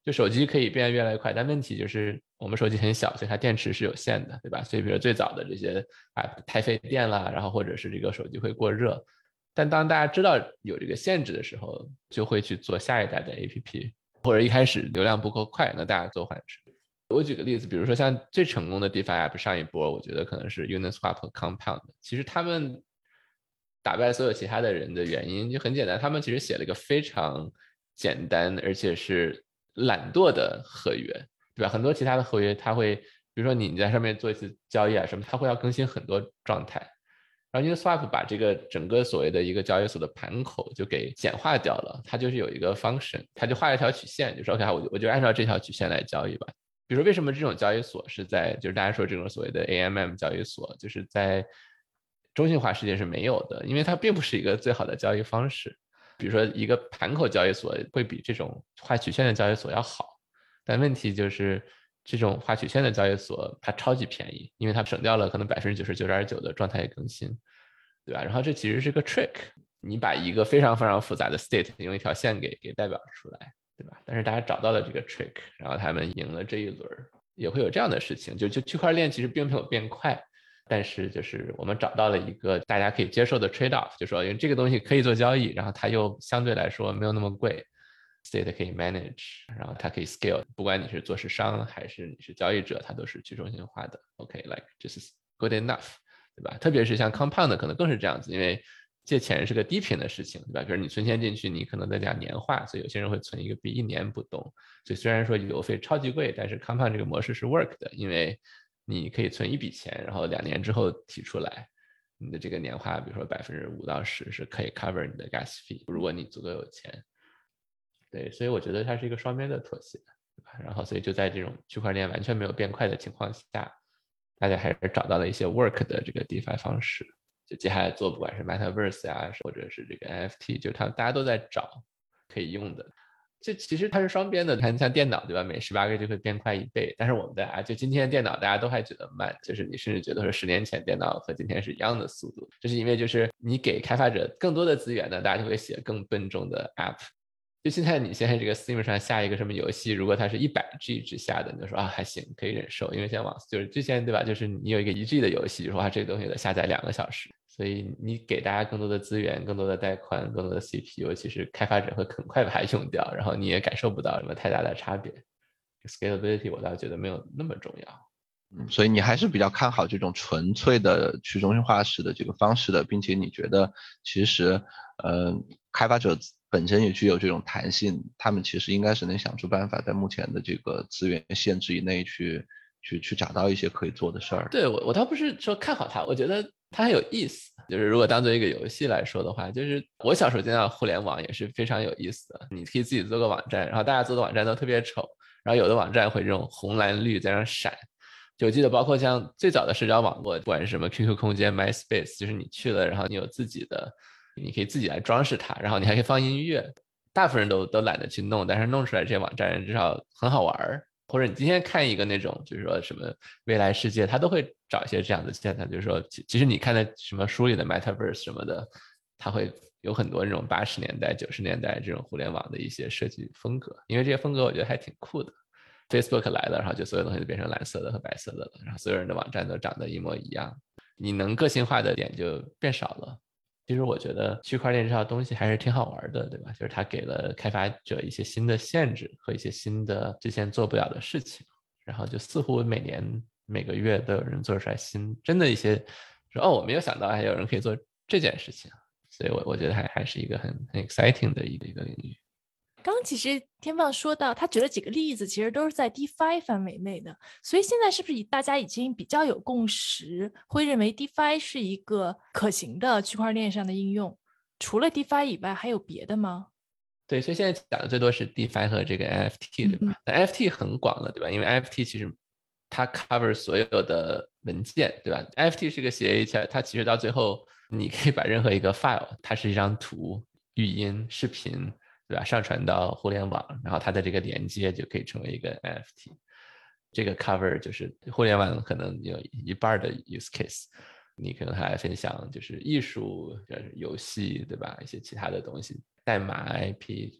就手机可以变得越来越快，但问题就是我们手机很小，所以它电池是有限的，对吧？所以比如最早的这些啊太费电啦，然后或者是这个手机会过热，但当大家知道有这个限制的时候，就会去做下一代的 A P P， 或者一开始流量不够快，那大家做缓冲。我举个例子，比如说像最成功的 DeFi App 上一波，我觉得可能是 Uniswap 和 Compound， 其实他们打败所有其他的人的原因就很简单，他们其实写了一个非常简单而且是懒惰的合约，对吧？很多其他的合约它会，比如说你在上面做一次交易啊什么，它会要更新很多状态。然后 Uniswap 把这个整个所谓的一个交易所的盘口就给简化掉了，它就是有一个 function， 它就画了一条曲线，就说 OK， 我就我就按照这条曲线来交易吧。比如说为什么这种交易所是在，就是大家说这种所谓的 A M M 交易所，就是在中心化世界是没有的，因为它并不是一个最好的交易方式。比如说一个盘口交易所会比这种画曲线的交易所要好，但问题就是这种画曲线的交易所它超级便宜，因为它省掉了可能百分之九十九点九的状态更新，对吧？然后这其实是个 trick， 你把一个非常非常复杂的 state 用一条线给给代表出来，对吧？但是大家找到了这个 trick， 然后他们赢了这一轮，也会有这样的事情。就就区块链其实并没有变快，但是就是我们找到了一个大家可以接受的 trade off， 就说因为这个东西可以做交易，然后它又相对来说没有那么贵。State 可以 manage， 然后它可以 scale， 不管你是做市商还是你是交易者，它都是去中心化的。OK，like、okay, this is good enough， 对吧？特别是像 Compound 可能更是这样子，因为借钱是个低频的事情，对吧？比如你存钱进去，你可能在讲年化，所以有些人会存一个币一年不动。所以虽然说邮费超级贵，但是 Compound 这个模式是 work 的，因为你可以存一笔钱，然后两年之后提出来，你的这个年化，比如说百分之五到十是可以 cover 你的 gas fee， 如果你足够有钱。对，所以我觉得它是一个双边的妥协，对吧？然后所以就在这种区块链完全没有变快的情况下，大家还是找到了一些 work 的这个 DeFi 方式。就接下来做不管是 Metaverse 啊，或者是这个 N F T， 就他大家都在找可以用的。就其实它是双边的，你看像电脑对吧？每十八个就会变快一倍，但是我们的啊，就今天电脑大家都还觉得慢，就是你甚至觉得说十年前电脑和今天是一样的速度，这是因为就是你给开发者更多的资源呢，大家就会写更笨重的 app。就现在你现在这个 Steam 上下一个什么游戏，如果它是一百 G 之下的，你就说啊还行，可以忍受，因为现在网就是之前对吧，就是你有一个一 G 的游戏，就说啊这个东西得下载两个小时，所以你给大家更多的资源、更多的带宽、更多的 C P U， 其实开发者会很快把它用掉，然后你也感受不到什么太大的差别。Scalability 我倒觉得没有那么重要。 嗯，所以你还是比较看好这种纯粹的去中心化式的这个方式的，并且你觉得其实呃开发者本身也具有这种弹性，他们其实应该是能想出办法，在目前的这个资源限制以内去去去找到一些可以做的事儿。 对，我我倒不是说看好它，我觉得它很有意思。就是如果当做一个游戏来说的话，就是我小时候见到互联网也是非常有意思的。你可以自己做个网站，然后大家做的网站都特别丑，然后有的网站会这种红蓝绿在那闪。就我记得包括像最早的社交网络，不管是什么 Q Q 空间、MySpace， 就是你去了，然后你有自己的，你可以自己来装饰它，然后你还可以放音乐。大部分人都都懒得去弄，但是弄出来这些网站至少很好玩。或者你今天看一个那种就是说什么未来世界，他都会找一些这样的现象，就是说其实你看的什么书里的 Metaverse 什么的，它会有很多那种八十年代九十年代这种互联网的一些设计风格，因为这些风格我觉得还挺酷的。Facebook 来了，然后就所有东西都变成蓝色的和白色的了，然后所有人的网站都长得一模一样，你能个性化的点就变少了。其实我觉得区块链这套东西还是挺好玩的，对吧？就是它给了开发者一些新的限制和一些新的之前做不了的事情，然后就似乎每年每个月都有人做出来新真的一些说哦，我没有想到还有人可以做这件事情，所以我我觉得还还是一个很很 exciting 的一个一个领域。 刚刚其实天放说到，他举了几个例子，其实都是在 DeFi 范围内的，所以现在是不是大家已经比较有共识，会认为 DeFi 是一个可行的区块链上的应用？除了 DeFi 以外，还有别的吗？ 对，所以现在讲的最多是 DeFi 和这个 N F T， 对吧？那 N F T 很广了，对吧？因为 N F T 其实它 cover 所有的文件，对吧 ？N F T 是个协议，它其实到最后你可以把任何一个 file， 它是一张图、语音、视频，对吧？上传到互联网，然后它的这个连接就可以成为一个 N F T。这个 cover 就是互联网可能有一半的 use case， 你可能还分享就是艺术、就是游戏，对吧？一些其他的东西，代码 I P，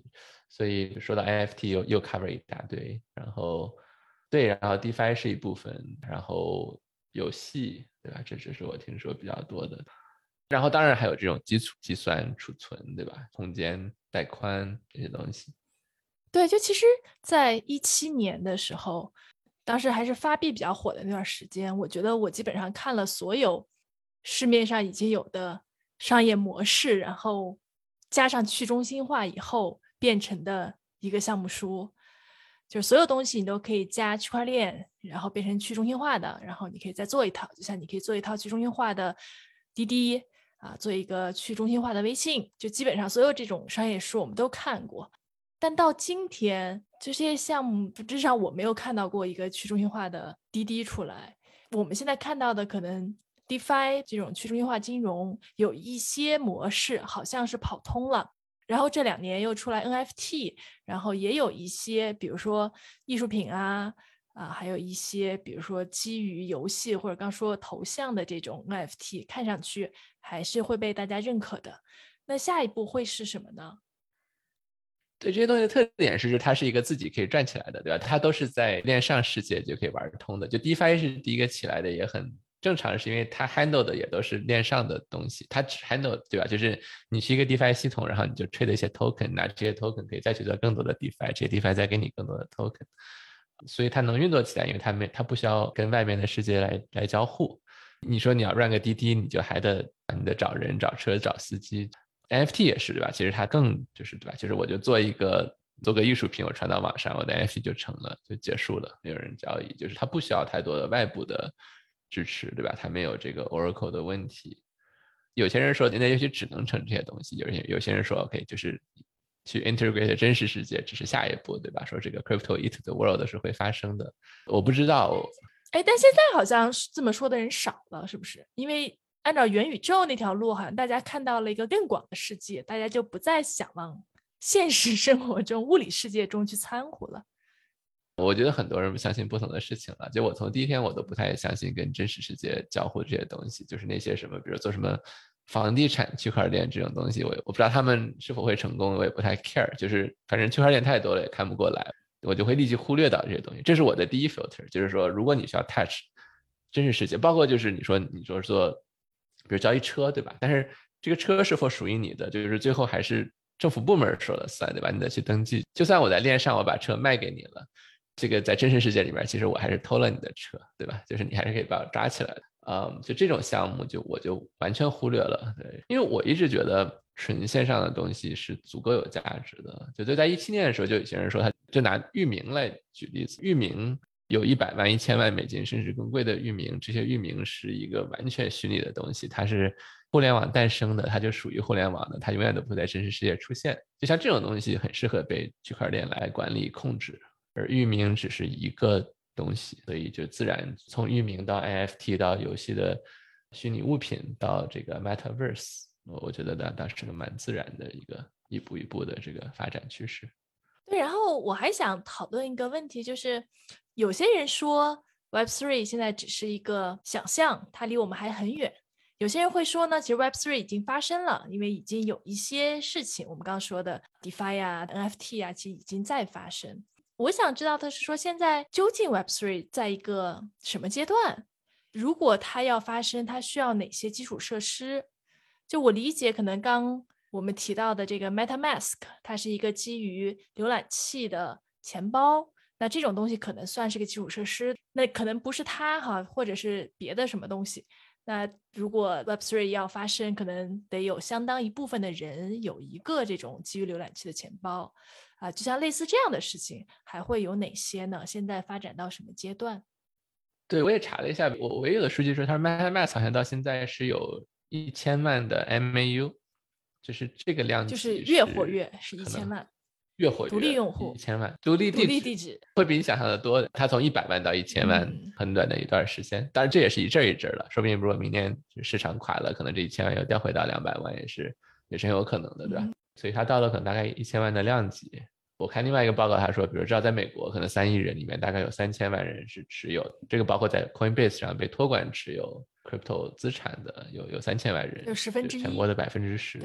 所以说到 N F T 又又 cover 一大堆，然后对，然后 DeFi 是一部分，然后游戏，对吧？这只是我听说比较多的。然后当然还有这种基础计算、储存，对吧？空间、带宽这些东西。 对，就其实，在一七年的时候，当时还是发币比较火的那段时间，我觉得我基本上看了所有市面上已经有的商业模式，然后加上去中心化以后变成的一个项目书，就是所有东西你都可以加区块链，然后变成去中心化的，然后你可以再做一套，就像你可以做一套去中心化的滴滴啊，做一个去中心化的微信，就基本上所有这种商业书我们都看过。但到今天，就这些项目，至少我没有看到过一个去中心化的滴滴出来。我们现在看到的可能 DeFi 这种去中心化金融有一些模式好像是跑通了，然后这两年又出来 N F T， 然后也有一些比如说艺术品啊啊，还有一些比如说基于游戏或者刚说头像的这种 N F T， 看上去还是会被大家认可的。那下一步会是什么呢？ 对，这些东西的特点是，它是一个自己可以赚起来的，对吧？它都是在链上世界就可以玩通的。就 DeFi 是第一个起来的，也很正常，是因为它 handle 的也都是链上的东西，它只 handle 对吧？就是你是一个 DeFi 系统，然后你就 trade 一些 token， 拿这些 token 可以再去做更多的 DeFi，这些 DeFi 再给你更多的 token， 所以它能运作起来，因为它没它不需要跟外面的世界来来交互。你说你要 run 个滴滴，你就还得你得找人、找车、找司机。N F T 也是对吧？其实它更就是对吧？就是我就做一个做个艺术品，我传到网上，我的 N F T 就成了，就结束了，没有人交易。就是它不需要太多的外部的支持，对吧？它没有这个 Oracle 的问题。有些人说那也许只能成这些东西，有些有些人说 OK，就是去 integrate 真实世界只是下一步，对吧？说这个 crypto eat the world 是会发生的，我不知道。 哎，但现在好像是这么说的人少了，是不是？因为按照元宇宙那条路，好像大家看到了一个更广的世界，大家就不再想往现实生活中、物理世界中去掺和了。 我觉得很多人不相信不同的事情了。就我从第一天我都不太相信跟真实世界交互这些东西，就是那些什么，比如做什么房地产区块链这种东西，我我不知道他们是否会成功，我也不太 care。就是反正区块链太多了，也看不过来，我就会立即忽略掉这些东西。这是我的第一 filter，就是说，如果你需要 touch 真实世界，包括就是你说你说做，比如交易车，对吧？但是这个车是否属于你的，就是最后还是政府部门说了算，对吧？你得去登记。就算我在链上我把车卖给你了。这个在真实世界里面，其实我还是偷了你的车，对吧？就是你还是可以把我抓起来的。嗯，就这种项目就我就完全忽略了，对，因为我一直觉得纯线上的东西是足够有价值的。就就在一七年的时候，就有些人说，他就拿域名来举例子，域名有一百万、一千万美金，甚至更贵的域名，这些域名是一个完全虚拟的东西，它是互联网诞生的，它就属于互联网的，它永远都不会在真实世界出现。就像这种东西，很适合被区块链来管理控制。而域名只是一个东西，所以就自然从域名到 N F T 到游戏的虚拟物品到这个 Metaverse， 我觉得那倒是个蛮自然的一个一步一步的这个发展趋势。 对，然后我还想讨论一个问题，就是有些人说 Web 三 现在只是一个想象，它离我们还很远。有些人会说呢，其实 Web 三 已经发生了，因为已经有一些事情，我们刚刚说的 DeFi 啊、N F T 啊，其实已经在发生。我想知道的是说，现在究竟 Web 三 在一个什么阶段？如果它要发生，它需要哪些基础设施？就我理解，可能刚我们提到的这个 MetaMask， 它是一个基于浏览器的钱包，那这种东西可能算是个基础设施，那可能不是它哈，或者是别的什么东西。那如果 Web 三 要发生，可能得有相当一部分的人有一个这种基于浏览器的钱包啊，就像类似这样的事情，还会有哪些呢？现在发展到什么阶段？ 对，我也查了一下，我唯一的数据说，它 MetaMask 好像到现在是有一千万的 M A U， 就是这个量级就是月活跃是一千万。 月活跃独立用户一千万，独立独立地址会比你想象的多。它从一百万到一千万， 嗯、 很短的一段时间。当然这也是一阵一阵了，说不定如果明年市场垮了，可能这一千万又掉回到两百万，也是也是很有可能的，对吧？嗯、所以它到了可能大概一千万的量级。我看另外一个报告，他说，比如知道在美国，可能三亿人里面大概有三千万人是持有，这个包括在 Coinbase 上被托管持有 crypto 资产的有有三千万人， 有十分之一， 全国的百分之十。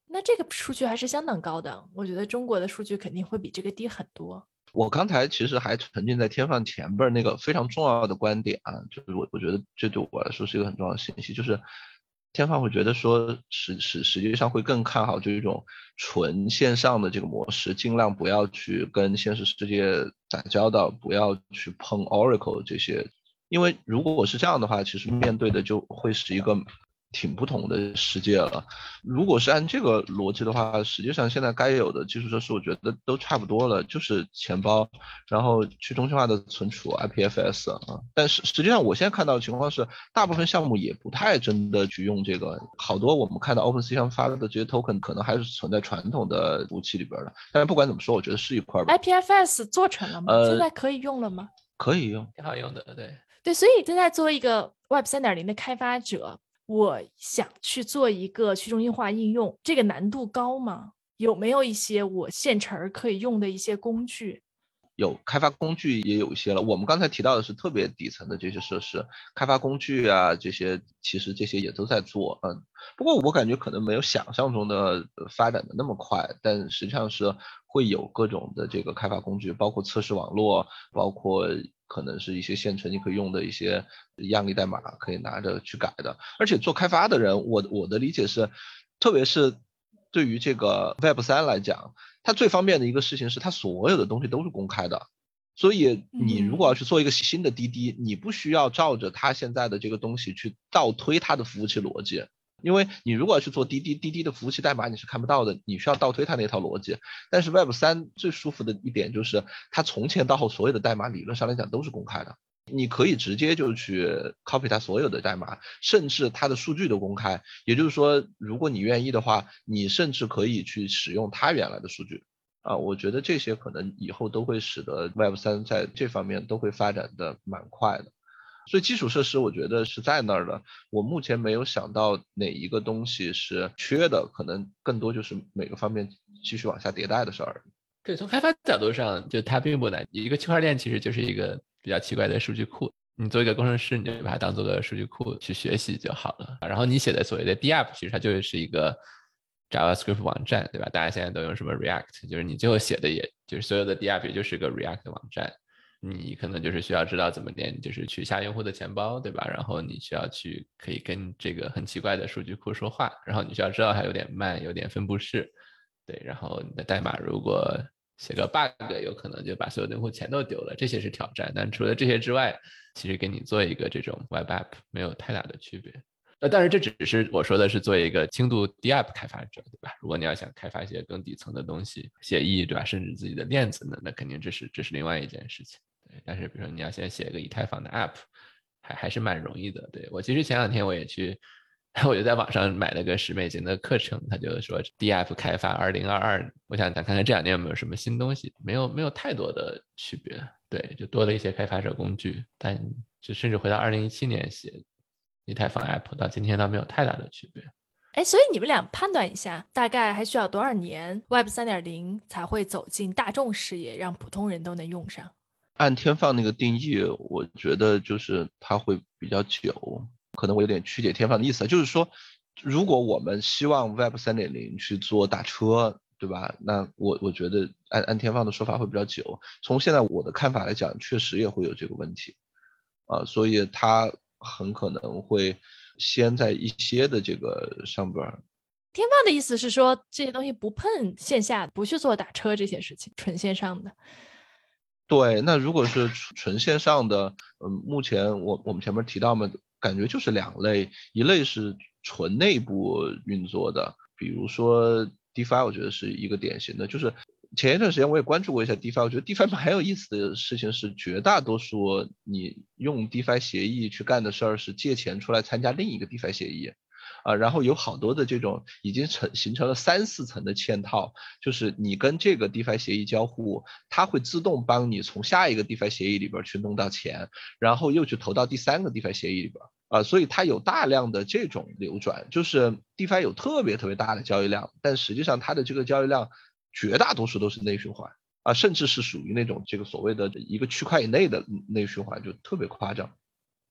那这个数据还是相当高的，我觉得中国的数据肯定会比这个低很多。 我刚才其实还沉浸在天放前边那个非常重要的观点啊，就是我我觉得这对我来说是一个很重要的信息，就是天放会觉得说实实实际上会更看好这种纯线上的这个模式，尽量不要去跟现实世界打交道，不要去碰 Oracle 这些，因为如果是这样的话，其实面对的就会是一个挺不同的世界了。如果是按这个逻辑的话，实际上现在该有的基础设施我觉得都差不多了，就是钱包，然后去中心化的存储 I P F S 啊。但是实际上我现在看到的情况是，大部分项目也不太真的去用这个，好多我们看到 OpenSea 上发的这些 token 可能还是存在传统的服务器里边的。但是不管怎么说，我觉得是一块吧。 I P F S 做成了吗？ 呃， 现在可以用了吗？ 可以用， 挺好用的，对。 对，所以现在作为一个 Web 三点零 的开发者，我想去做一个去中心化应用，这个难度高吗？有没有一些我现成可以用的一些工具？ 有开发工具也有一些了，我们刚才提到的是特别底层的这些设施，开发工具啊，这些其实这些也都在做，嗯，不过我感觉可能没有想象中的发展的那么快，但实际上是会有各种的这个开发工具，包括测试网络，包括可能是一些现成你可以用的一些样例代码可以拿着去改的，而且做开发的人，我我的理解是，特别是对于这个 Web 三来讲，它最方便的一个事情是它所有的东西都是公开的，所以你如果要去做一个新的滴滴，你不需要照着它现在的这个东西去倒推它的服务器逻辑，因为你如果要去做滴滴，滴滴的服务器代码你是看不到的，你需要倒推它那套逻辑。但是 Web 三最舒服的一点就是它从前到后所有的代码理论上来讲都是公开的，你可以直接就去 copy 它所有的代码，甚至它的数据都公开。也就是说，如果你愿意的话，你甚至可以去使用它原来的数据。啊，我觉得这些可能以后都会使得 Web 三在这方面都会发展的蛮快的。所以基础设施我觉得是在那儿的，我目前没有想到哪一个东西是缺的，可能更多就是每个方面继续往下迭代的事儿。 对，从开发角度上，就它并不难。一个区块链其实就是一个比较奇怪的数据库，你做一个工程师，你就把它当做个数据库去学习就好了。然后你写的所谓的 D App， 其实它就是一个 JavaScript 网站，对吧？大家现在都用什么 React， 就是你最后写的也就是所有的 D App 也就是个 React 网站。你可能就是需要知道怎么连，就是去下用户的钱包，对吧？然后你需要去可以跟这个很奇怪的数据库说话，然后你需要知道它有点慢，有点分布式，对，然后你的代码如果写个 bug， 有可能就把所有的用户钱都丢了，这些是挑战。但除了这些之外，其实给你做一个这种 web app 没有太大的区别。呃，但是这只是我说的是作为一个轻度 D App 开发者，对吧？如果你要想开发一些更底层的东西，协议，对吧？甚至自己的链子呢，那肯定这是这是另外一件事情。对，但是比如说你要先写一个以太坊的 app， 还还是蛮容易的。对，我其实前两天我也去，我就在网上买了个十美金的课程，他就说 D App 开发二零二二，我想想看看这两年有没有什么新东西，没有没有太多的区别。对，就多了一些开发者工具，但就甚至回到二零一七年写以太坊 app 到今天倒没有太大的区别。 哎，所以你们俩判断一下，大概还需要多少年 Web 三点零 才会走进大众视野，让普通人都能用上？ 按天放那个定义，我觉得就是它会比较久，可能我有点曲解天放的意思，就是说，如果我们希望 Web 三点零 去做打车，对吧？那我我觉得按按天放的说法会比较久。从现在我的看法来讲，确实也会有这个问题，啊，所以它很可能会先在一些的这个上边。 天放的意思是说，这些东西不碰线下，不去做打车这些事情，纯线上的。 对，那如果是纯线上的，嗯，目前我我们前面提到嘛，感觉就是两类，一类是纯内部运作的，比如说 DeFi， 我觉得是一个典型的，就是前一段时间我也关注过一下 DeFi， 我觉得 DeFi 蛮有意思的事情是，绝大多数你用 DeFi 协议去干的事儿是借钱出来参加另一个 DeFi 协议。啊，然后有好多的这种已经成形成了三四层的嵌套，就是你跟这个 DeFi 协议交互，它会自动帮你从下一个 DeFi 协议里边去弄到钱，然后又去投到第三个 DeFi 协议里边啊，所以它有大量的这种流转，就是 DeFi 有特别特别大的交易量，但实际上它的这个交易量绝大多数都是内循环啊，甚至是属于那种这个所谓的一个区块以内的内循环，就特别夸张。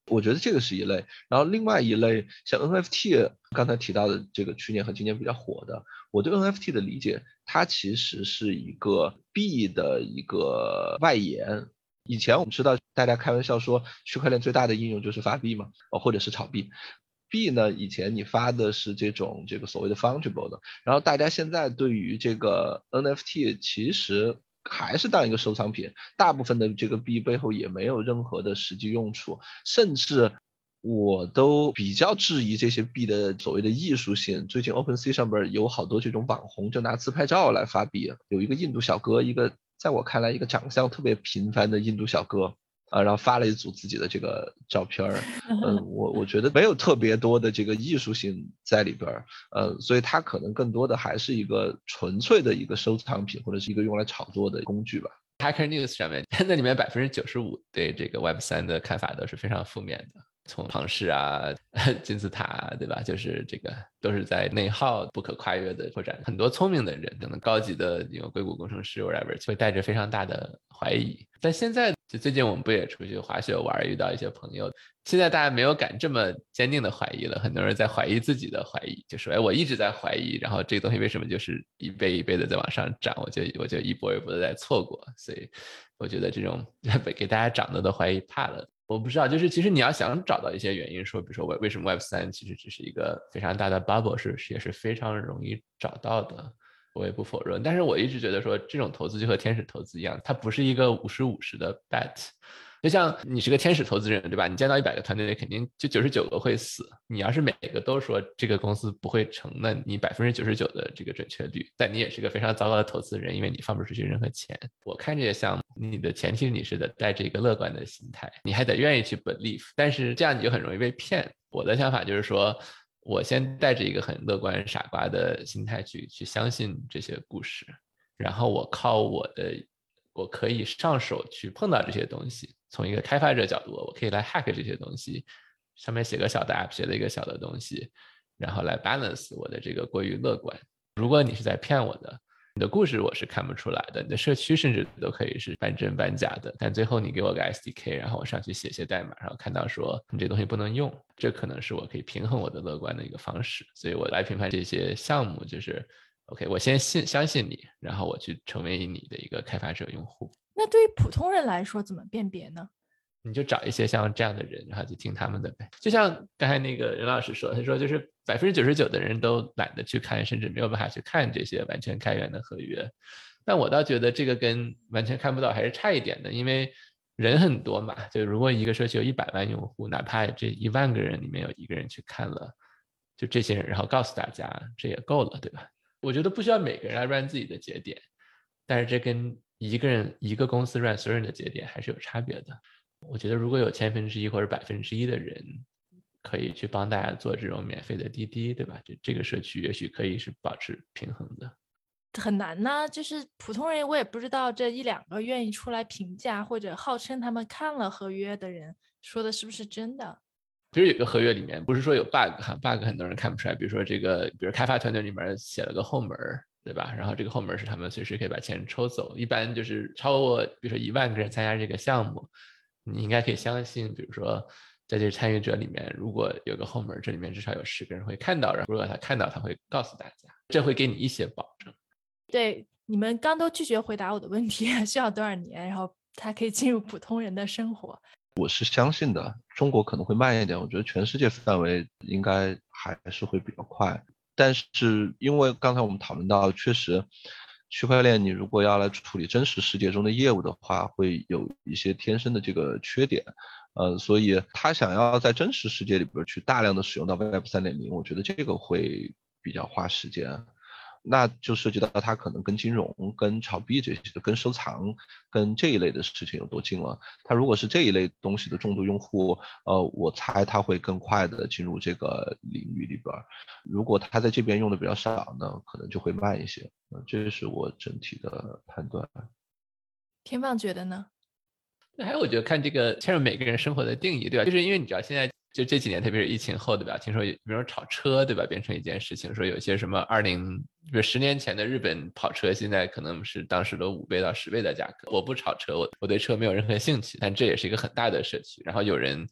我觉得这个是一类。然后另外一类像 N F T 刚才提到的这个去年和今年比较火的，我对 N F T 的理解，它其实是一个币的一个外延。以前我们知道大家开玩笑说区块链最大的应用就是发币嘛，或者是炒币。币呢，以前你发的是这种这个所谓的 fungible 的，然后大家现在对于这个 N F T 其实还是当一个收藏品，大部分的这个币背后也没有任何的实际用处，甚至我都比较质疑这些币的所谓的艺术性。最近 OpenSea 上边有好多这种网红就拿自拍照来发币，有一个印度小哥，一个在我看来一个长相特别平凡的印度小哥啊，然后发了一组自己的这个照片儿，嗯，我我觉得没有特别多的这个艺术性在里边儿，呃，所以它可能更多的还是一个纯粹的一个收藏品，或者是一个用来炒作的工具吧。 Hacker News 上面，那里面百分之九十五对这个 Web 三的看法都是非常负面的。从庞氏啊、金字塔啊，对吧？就是这个都是在内耗不可跨越的拓展。很多聪明的人，可能高级的有硅谷工程师 whatever，会带着非常大的怀疑。但现在就最近我们不也出去滑雪玩，遇到一些朋友，现在大家没有敢这么坚定的怀疑了，很多人在怀疑自己的怀疑，就说哎，我一直在怀疑，然后这个东西为什么就是一倍一倍的在往上涨，我就我就一波一波的在错过。所以我觉得这种给大家涨的都怀疑怕了。我不知道，就是其实你要想找到一些原因，说比如说为什么 Web 三其实只是一个非常大的 bubble， 是也是非常容易找到的，我也不否认。但是我一直觉得说这种投资就和天使投资一样，它不是一个五十五十的 bet。就像你是个天使投资人，对吧？你见到一百个团队，肯定就九十九个会死。你要是每个都说这个公司不会成，那你百分之九十九的这个准确率，但你也是个非常糟糕的投资人，因为你放不出去任何钱。我看这些项目，你的前提你是得带着一个乐观的心态，你还得愿意去 believe， 但是这样你就很容易被骗。我的想法就是说，我先带着一个很乐观傻瓜的心态去去相信这些故事，然后我靠我的。我可以上手去碰到这些东西，从一个开发者角度，我可以来 hack 这些东西，上面写个小的 app， 写了一个小的东西，然后来 balance 我的这个过于乐观。如果你是在骗我的，你的故事我是看不出来的，你的社区甚至都可以是半真半假的，但最后你给我个 S D K， 然后我上去写些代码，然后看到说你这东西不能用，这可能是我可以平衡我的乐观的一个方式。所以我来评判这些项目就是。OK， 我先信相信你，然后我去成为你的一个开发者用户。 那对于普通人来说，怎么辨别呢？ 你就找一些像这样的人，然后就听他们的呗。就像刚才那个任老师说，他说就是百分之九十九的人都懒得去看，甚至没有办法去看这些完全开源的合约。但我倒觉得这个跟完全看不到还是差一点的，因为人很多嘛。就如果一个社区有一百万用户，哪怕这一万个人里面有一个人去看了，就这些人，然后告诉大家，这也够了，对吧？我觉得不需要每个人来 run 自己的节点，但是这跟一个人一个公司 run 所有人的节点还是有差别的。我觉得如果有千分之一或者百分之一的人可以去帮大家做这种免费的滴滴，对吧？这这个社区也许可以是保持平衡的。 很难呢，就是普通人我也不知道这一两个愿意出来评价或者号称他们看了合约的人说的是不是真的。 比如有个合约里面不是说有 bug 哈 bug 很多人看不出来，比如说这个比如开发团队里面写了个后门，对吧？然后这个后门是他们随时可以把钱抽走，一般就是超过比如说一万个人参加这个项目，你应该可以相信，比如说在这参与者里面如果有个后门，这里面至少有十个人会看到，然后如果他看到他会告诉大家，这会给你一些保证。 对，你们刚都拒绝回答我的问题，需要多少年然后他可以进入普通人的生活？ 我是相信的，中国可能会慢一点，我觉得全世界范围应该还是会比较快。但是因为刚才我们讨论到，确实区块链你如果要来处理真实世界中的业务的话，会有一些天生的这个缺点，呃，所以他想要在真实世界里边去大量的使用到 Web 三点零，我觉得这个会比较花时间。那就涉及到它可能跟金融、跟炒币这些、跟收藏、跟这一类的事情有多近了。它如果是这一类东西的重度用户，呃，我猜它会更快的进入这个领域里边。如果它在这边用的比较少呢，可能就会慢一些。呃、这是我整体的判断。 天放觉得呢？ 还有我觉得看这个牵扯每个人生活的定义，对吧？就是因为你知道现在就这几年，特别是疫情后，对吧？听说比如说炒车，对吧？变成一件事情，说有些什么二零，比如十年前的日本跑车，现在可能是当时的五倍到十倍的价格。我不炒车，我我对车没有任何兴趣，但这也是一个很大的社区。然后有人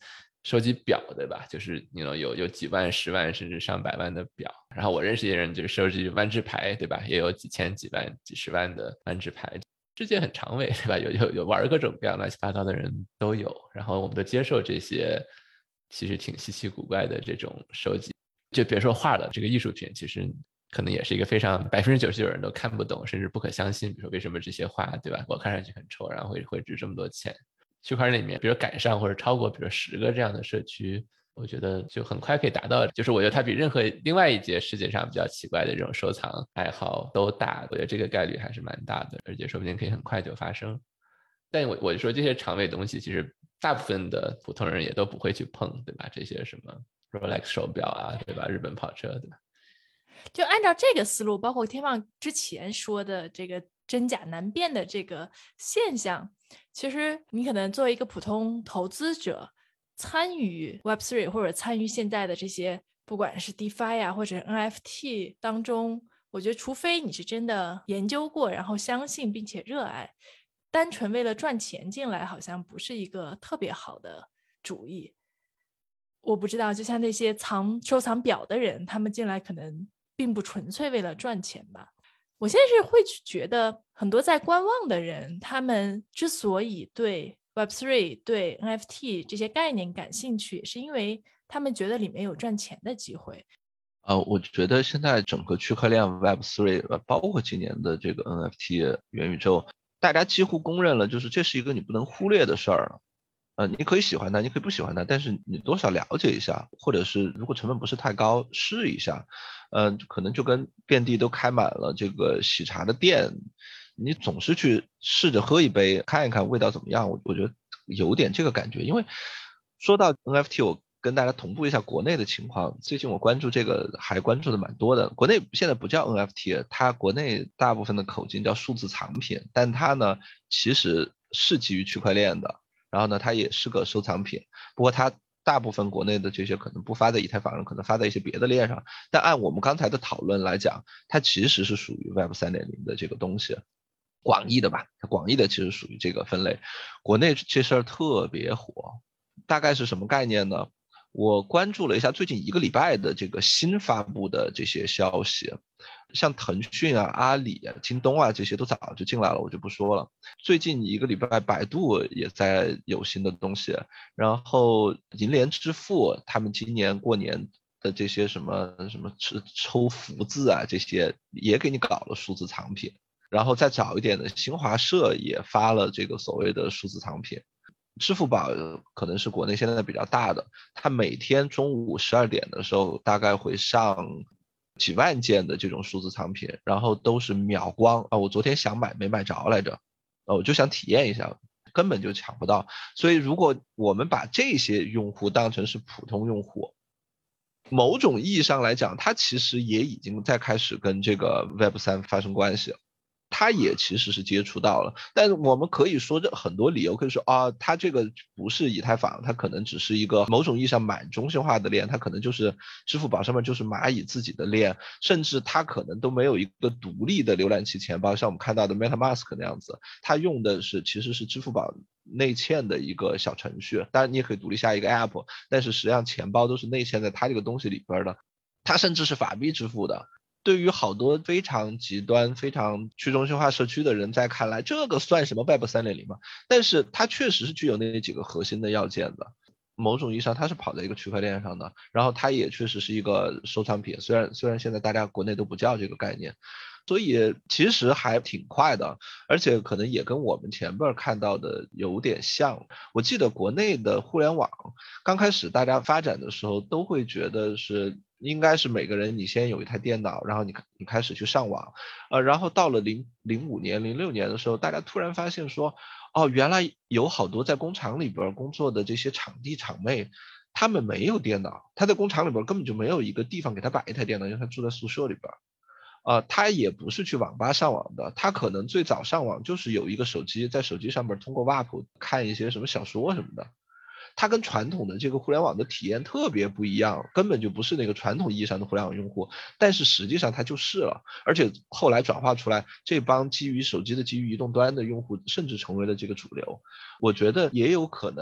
收集表，对吧？就是你 you know, 有有几万、十万甚至上百万的表。然后我认识一些人就是收集万智牌，对吧？也有几千、几万、几十万的万智牌。世界很长尾，对吧？有有有玩各种各样乱七八糟的人都有，然后我们都接受这些其实挺稀奇古怪的这种收集。就别说画了，这个艺术品其实可能也是一个非常百分之九十九人都看不懂，甚至不可相信。比如说为什么这些画，对吧？我看上去很丑，然后会会值这么多钱。区块链里面，比如赶上或者超过，比如十个这样的社区，我觉得就很快可以达到。就是我觉得它比任何另外一节世界上比较奇怪的这种收藏爱好都大。我觉得这个概率还是蛮大的，而且说不定可以很快就发生。但我我就说这些长尾东西，其实大部分的普通人也都不会去碰，对吧？这些什么 Rolex 手表啊，对吧？日本跑车，对吧？ 就按照这个思路，包括天放之前说的这个真假难辨的这个现象，其实你可能作为一个普通投资者参与 Web 三 或者参与现在的这些不管是 DeFi 啊或者 N F T 当中，我觉得除非你是真的研究过然后相信并且热爱，单纯为了赚钱进来好像不是一个特别好的主意。我不知道就像那些藏收藏表的人，他们进来可能并不纯粹为了赚钱吧。我现在是会觉得很多在观望的人，他们之所以对 Web 三 对 N F T 这些概念感兴趣，是因为他们觉得里面有赚钱的机会。 呃，我觉得现在整个区块链 Web 三，包括今年的这个 N F T 元宇宙，大家几乎公认了，就是这是一个你不能忽略的事儿。呃，你可以喜欢它，你可以不喜欢它，但是你多少了解一下，或者是如果成本不是太高，试一下。嗯、呃，可能就跟遍地都开满了这个喜茶的店，你总是去试着喝一杯，看一看味道怎么样，我我觉得有点这个感觉。因为说到 N F T， 我跟大家同步一下国内的情况。最近我关注这个还关注的蛮多的。国内现在不叫 N F T， 它国内大部分的口径叫数字藏品，但它呢其实是基于区块链的。然后呢，它也是个收藏品，不过它大部分国内的这些可能不发在以太坊上，可能发在一些别的链上。但按我们刚才的讨论来讲，它其实是属于 Web 三点零 的这个东西，广义的吧，广义的其实属于这个分类。国内这事儿特别火，大概是什么概念呢？我关注了一下最近一个礼拜的这个新发布的这些消息，像腾讯啊、阿里啊、京东啊这些都早就进来了，我就不说了。最近一个礼拜，百度也在有新的东西，然后银联支付他们今年过年的这些什么什么抽福字啊，这些也给你搞了数字藏品。然后再早一点的新华社也发了这个所谓的数字藏品。支付宝可能是国内现在比较大的，它每天中午十二点的时候大概会上几万件的这种数字藏品，然后都是秒光啊！我昨天想买没买着来着，呃，我就想体验一下，根本就抢不到。所以如果我们把这些用户当成是普通用户，某种意义上来讲，它其实也已经在开始跟这个 Web 三 发生关系了。他也其实是接触到了，但是我们可以说这很多理由，可以说啊，他这个不是以太坊，它可能只是一个某种意义上蛮中心化的链，它可能就是支付宝上面就是蚂蚁自己的链，甚至它可能都没有一个独立的浏览器钱包，像我们看到的 MetaMask 那样子，它用的是其实是支付宝内嵌的一个小程序，当然你也可以独立下一个 App， 但是实际上钱包都是内嵌在它这个东西里边的，它甚至是法币支付的。对于好多非常极端、非常去中心化社区的人在看来，这个算什么 Web 三点零 吗？但是它确实是具有那几个核心的要件的。某种意义上，它是跑在一个区块链上的，然后它也确实是一个收藏品。虽然虽然现在大家国内都不叫这个概念，所以其实还挺快的，而且可能也跟我们前边看到的有点像。我记得国内的互联网刚开始大家发展的时候，都会觉得是。应该是每个人你先有一台电脑，然后你你开始去上网，呃，然后到了零零五年、零六年的时候，大家突然发现说，哦，原来有好多在工厂里边工作的这些厂弟厂妹，他们没有电脑，他在工厂里边根本就没有一个地方给他摆一台电脑，因为他住在宿舍里边，呃，他也不是去网吧上网的，他可能最早上网就是有一个手机，在手机上面通过 W A P 看一些什么小说什么的。它跟传统的这个互联网的体验特别不一样，根本就不是那个传统意义上的互联网用户，但是实际上它就是了，而且后来转化出来，这帮基于手机的基于移动端的用户，甚至成为了这个主流。我觉得也有可能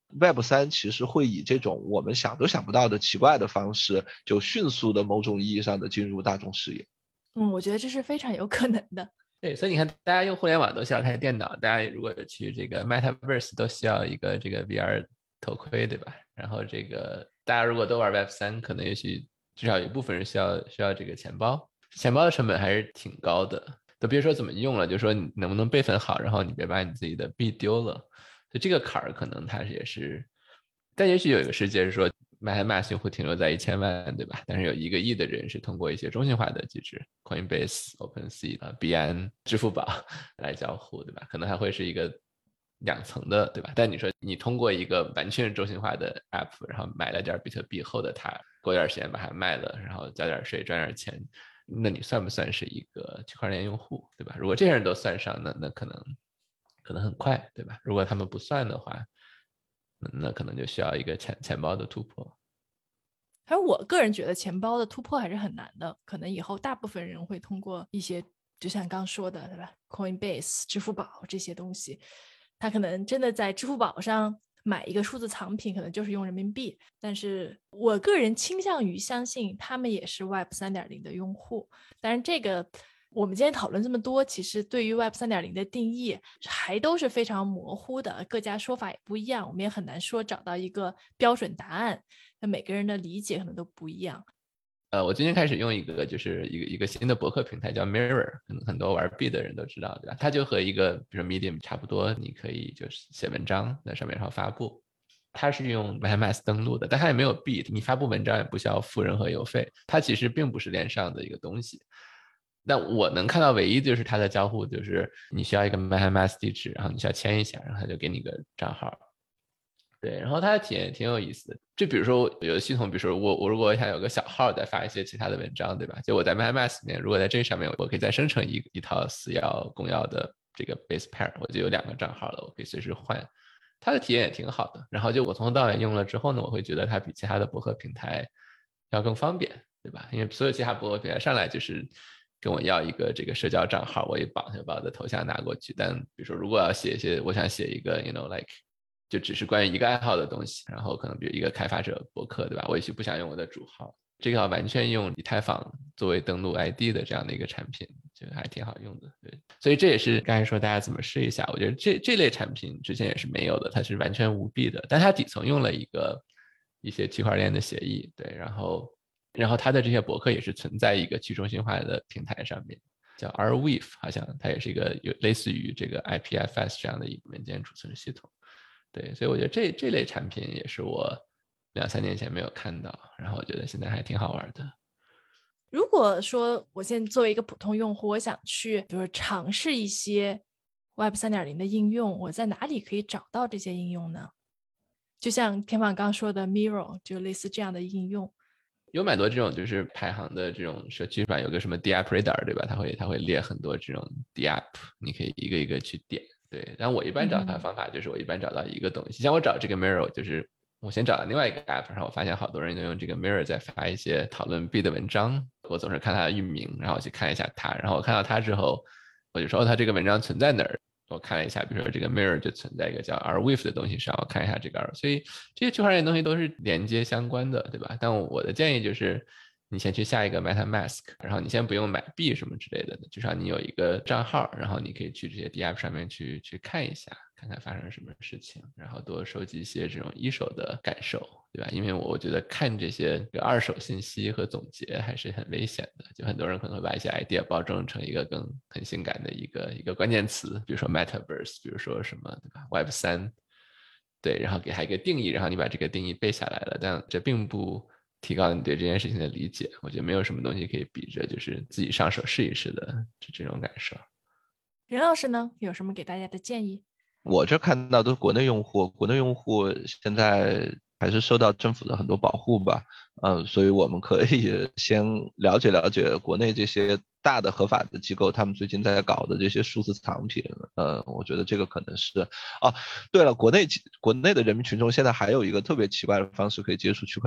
Web 三其实会以这种我们想都想不到的奇怪的方式，就迅速的某种意义上的进入大众视野。 嗯，我觉得这是非常有可能的。 对，所以你看，大家用互联网都需要台电脑，大家如果去这个 Metaverse 都需要一个这个 V R 头盔，对吧？然后这个大家如果都玩 Web 三，可能也许至少有一部分人需要需要这个钱包，钱包的成本还是挺高的。都别说怎么用了，就说你能不能备份好，然后你别把你自己的币丢了。就这个坎儿，可能它也是，但也许有一个世界是说 MetaMask 用户停留在一千万，对吧？但是有一个亿的人是通过一些中心化的机制 ，Coinbase、OpenSea 啊、币安、支付宝来交互，对吧？可能还会是一个两层的，对吧？但你说你通过一个完全中心化的 App， 然后买了点比特币后的它，过一段时间把它卖了，然后交点税赚点钱，那你算不算是一个区块链用户，对吧？如果这些人都算上，那那可能可能很快，对吧？如果他们不算的话，那可能就需要一个钱钱包的突破。 而我个人觉得钱包的突破还是很难的，可能以后大部分人会通过一些，就像刚说的，对吧 ？Coinbase、支付宝这些东西，他可能真的在支付宝上买一个数字藏品，可能就是用人民币。但是我个人倾向于相信他们也是 Web 三点零 的用户。当然，这个我们今天讨论这么多，其实对于 Web 三点零 的定义还都是非常模糊的，各家说法也不一样，我们也很难说找到一个标准答案。那每个人的理解可能都不一样。 呃，我最近开始用一个就是一个一个新的博客平台叫 Mirror， 可能很多玩币的人都知道，对吧？它就和一个比如说 Medium 差不多，你可以就是写文章在上面然后发布。它是用 MetaMask 登录的，但它也没有币，你发布文章也不需要付任何邮费，它其实并不是链上的一个东西。那我能看到唯一就是它的交互，就是你需要一个 MetaMask 地址，然后你需要签一下，然后它就给你个账号。对，然后它的体验也挺有意思的。就比如说有的系统，比如说我我如果想有个小号再发一些其他的文章，对吧？就我在 MetaMask 里面，如果在这上面我可以再生成一一套私钥公钥的这个 base pair， 我就有两个账号了，我可以随时换。它的体验也挺好的。然后就我从头到尾用了之后呢，我会觉得它比其他的博客平台要更方便，对吧？因为所有其他博客平台上来就是跟我要一个这个社交账号，我一绑就把我的头像拿过去。但比如说如果要写一些，我想写一个 you know like 就只是关于一个爱好的东西，然后可能比如一个开发者博客，对吧？我也许不想用我的主号，这个要完全用以太坊作为登录 I D 的这样的一个产品，就还挺好用的。对，所以这也是刚才说大家怎么试一下，我觉得这这类产品之前也是没有的，它是完全无币的，但它底层用了一个一些区块链的协议，对，然后然后它的这些博客也是存在一个去中心化的平台上面。叫 Arweave， 好像它也是一个有类似于这个 I P F S 这样的一个文件储存系统。对，所以我觉得这这类产品也是我两三年前没有看到，然后我觉得现在还挺好玩的。 如果说我现在作为一个普通用户，我想去比如说尝试一些 Web 三点零 的应用，我在哪里可以找到这些应用呢？就像天放刚说的 Mirror， 就类似这样的应用。 有蛮多这种就是排行的这种社区版，有个什么 D App Radar， 对吧？它会它会列很多这种 D App， 你可以一个一个去点。对，但我一般找它的方法就是我一般找到一个东西，像我找这个 Mirror， 就是我先找到另外一个 App， 然后我发现好多人都用这个 Mirror 在发一些讨论币的文章，我总是看它的域名，然后我去看一下它，然后我看到它之后，我就说哦，它这个文章存在哪儿？我看了一下，比如说这个 Mirror 就存在一个叫 Arweave 的东西上，我看一下这个 R， 所以这些区块链东西都是连接相关的，对吧？但我的建议就是，你先去下一个 MetaMask， 然后你先不用买币什么之类的，至少你有一个账号，然后你可以去这些 D App 上面去去看一下，看看发生什么事情，然后多收集一些这种一手的感受，对吧？因为我觉得看这些二手信息和总结还是很危险的，就很多人可能会把一些 idea 包装成一个更很性感的一个一个关键词，比如说 Metaverse， 比如说什么，对吧 ？Web 三，对，然后给它一个定义，然后你把这个定义背下来了，但这并不提高你对这件事情的理解。我觉得没有什么东西可以比着就是自己上手试一试的就这种感受。 任老师呢，有什么给大家的建议？ 我这看到都是国内用户，国内用户现在还是受到政府的很多保护吧，嗯，所以我们可以先了解了解国内这些大的合法的机构，他们最近在搞的这些数字藏品，呃，我觉得这个可能是，哦，对了，国内国内的人民群众现在还有一个特别奇怪的方式可以接触区块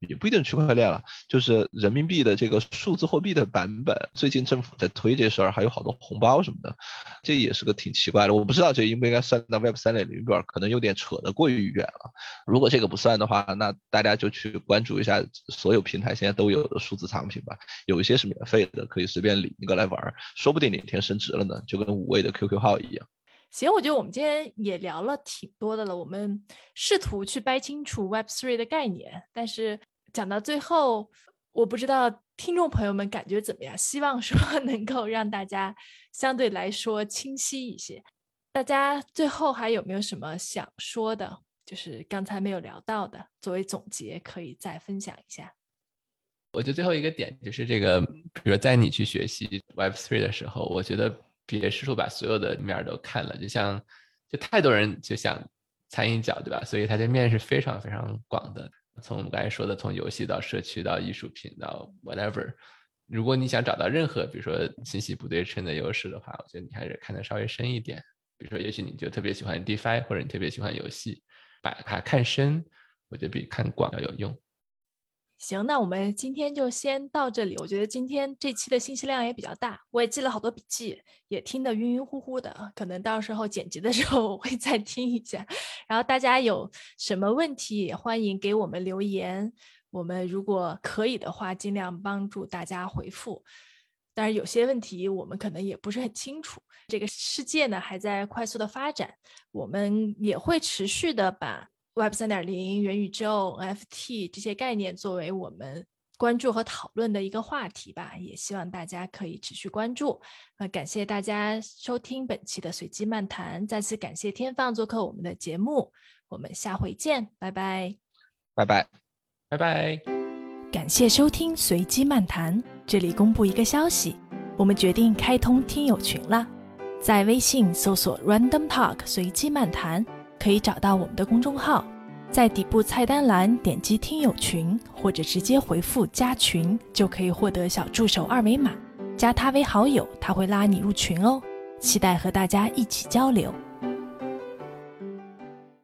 也不一定区块链了，就是人民币的这个数字货币的版本，最近政府在推这事儿，还有好多红包什么的，这也是个挺奇怪的。我不知道这应不应该算到 Web 三点零 里边，可能有点扯得过于远了。如果这个不算的话，那大家就去关注一下所有平台现在都有的数字藏品吧，有一些是免费的，可以随便领一个来玩，说不定哪天升值了呢，就跟五位的 Q Q 号一样。 行，我觉得我们今天也聊了挺多的了，我们试图去掰清楚 Web 三 的概念，但是讲到最后，我不知道听众朋友们感觉怎么样，希望说能够让大家相对来说清晰一些。大家最后还有没有什么想说的，就是刚才没有聊到的，作为总结可以再分享一下。 我觉得最后一个点就是这个，比如在你去学习 Web 三 的时候，我觉得别试图把所有的面都看了，就像就太多人就想参一脚，对吧？所以它的面是非常非常广的，从我们刚才说的，从游戏到社区到艺术品到 whatever。如果你想找到任何比如说信息不对称的优势的话，我觉得你还是看得稍微深一点。比如说也许你就特别喜欢 DeFi， 或者你特别喜欢游戏，把它看深，我觉得比看广要有用。 行，那我们今天就先到这里。我觉得今天这期的信息量也比较大，我也记了好多笔记，也听得晕晕乎乎的，可能到时候剪辑的时候我会再听一下。然后大家有什么问题也欢迎给我们留言，我们如果可以的话尽量帮助大家回复。当然有些问题我们可能也不是很清楚，这个世界呢还在快速的发展，我们也会持续的把Web 三点零、元宇宙、N F T 这些概念作为我们关注和讨论的一个话题吧，也希望大家可以持续关注。那感谢大家收听本期的随机漫谈，再次感谢天放做客我们的节目，我们下回见，拜拜， 拜拜， 拜拜。 感谢收听随机漫谈，这里公布一个消息，我们决定开通听友群了，在微信搜索 Random Talk 随机漫谈。可以找到我们的公众号，在底部菜单栏点击听友群，或者直接回复加群，就可以获得小助手二维码，加他为好友，他会拉你入群哦。期待和大家一起交流。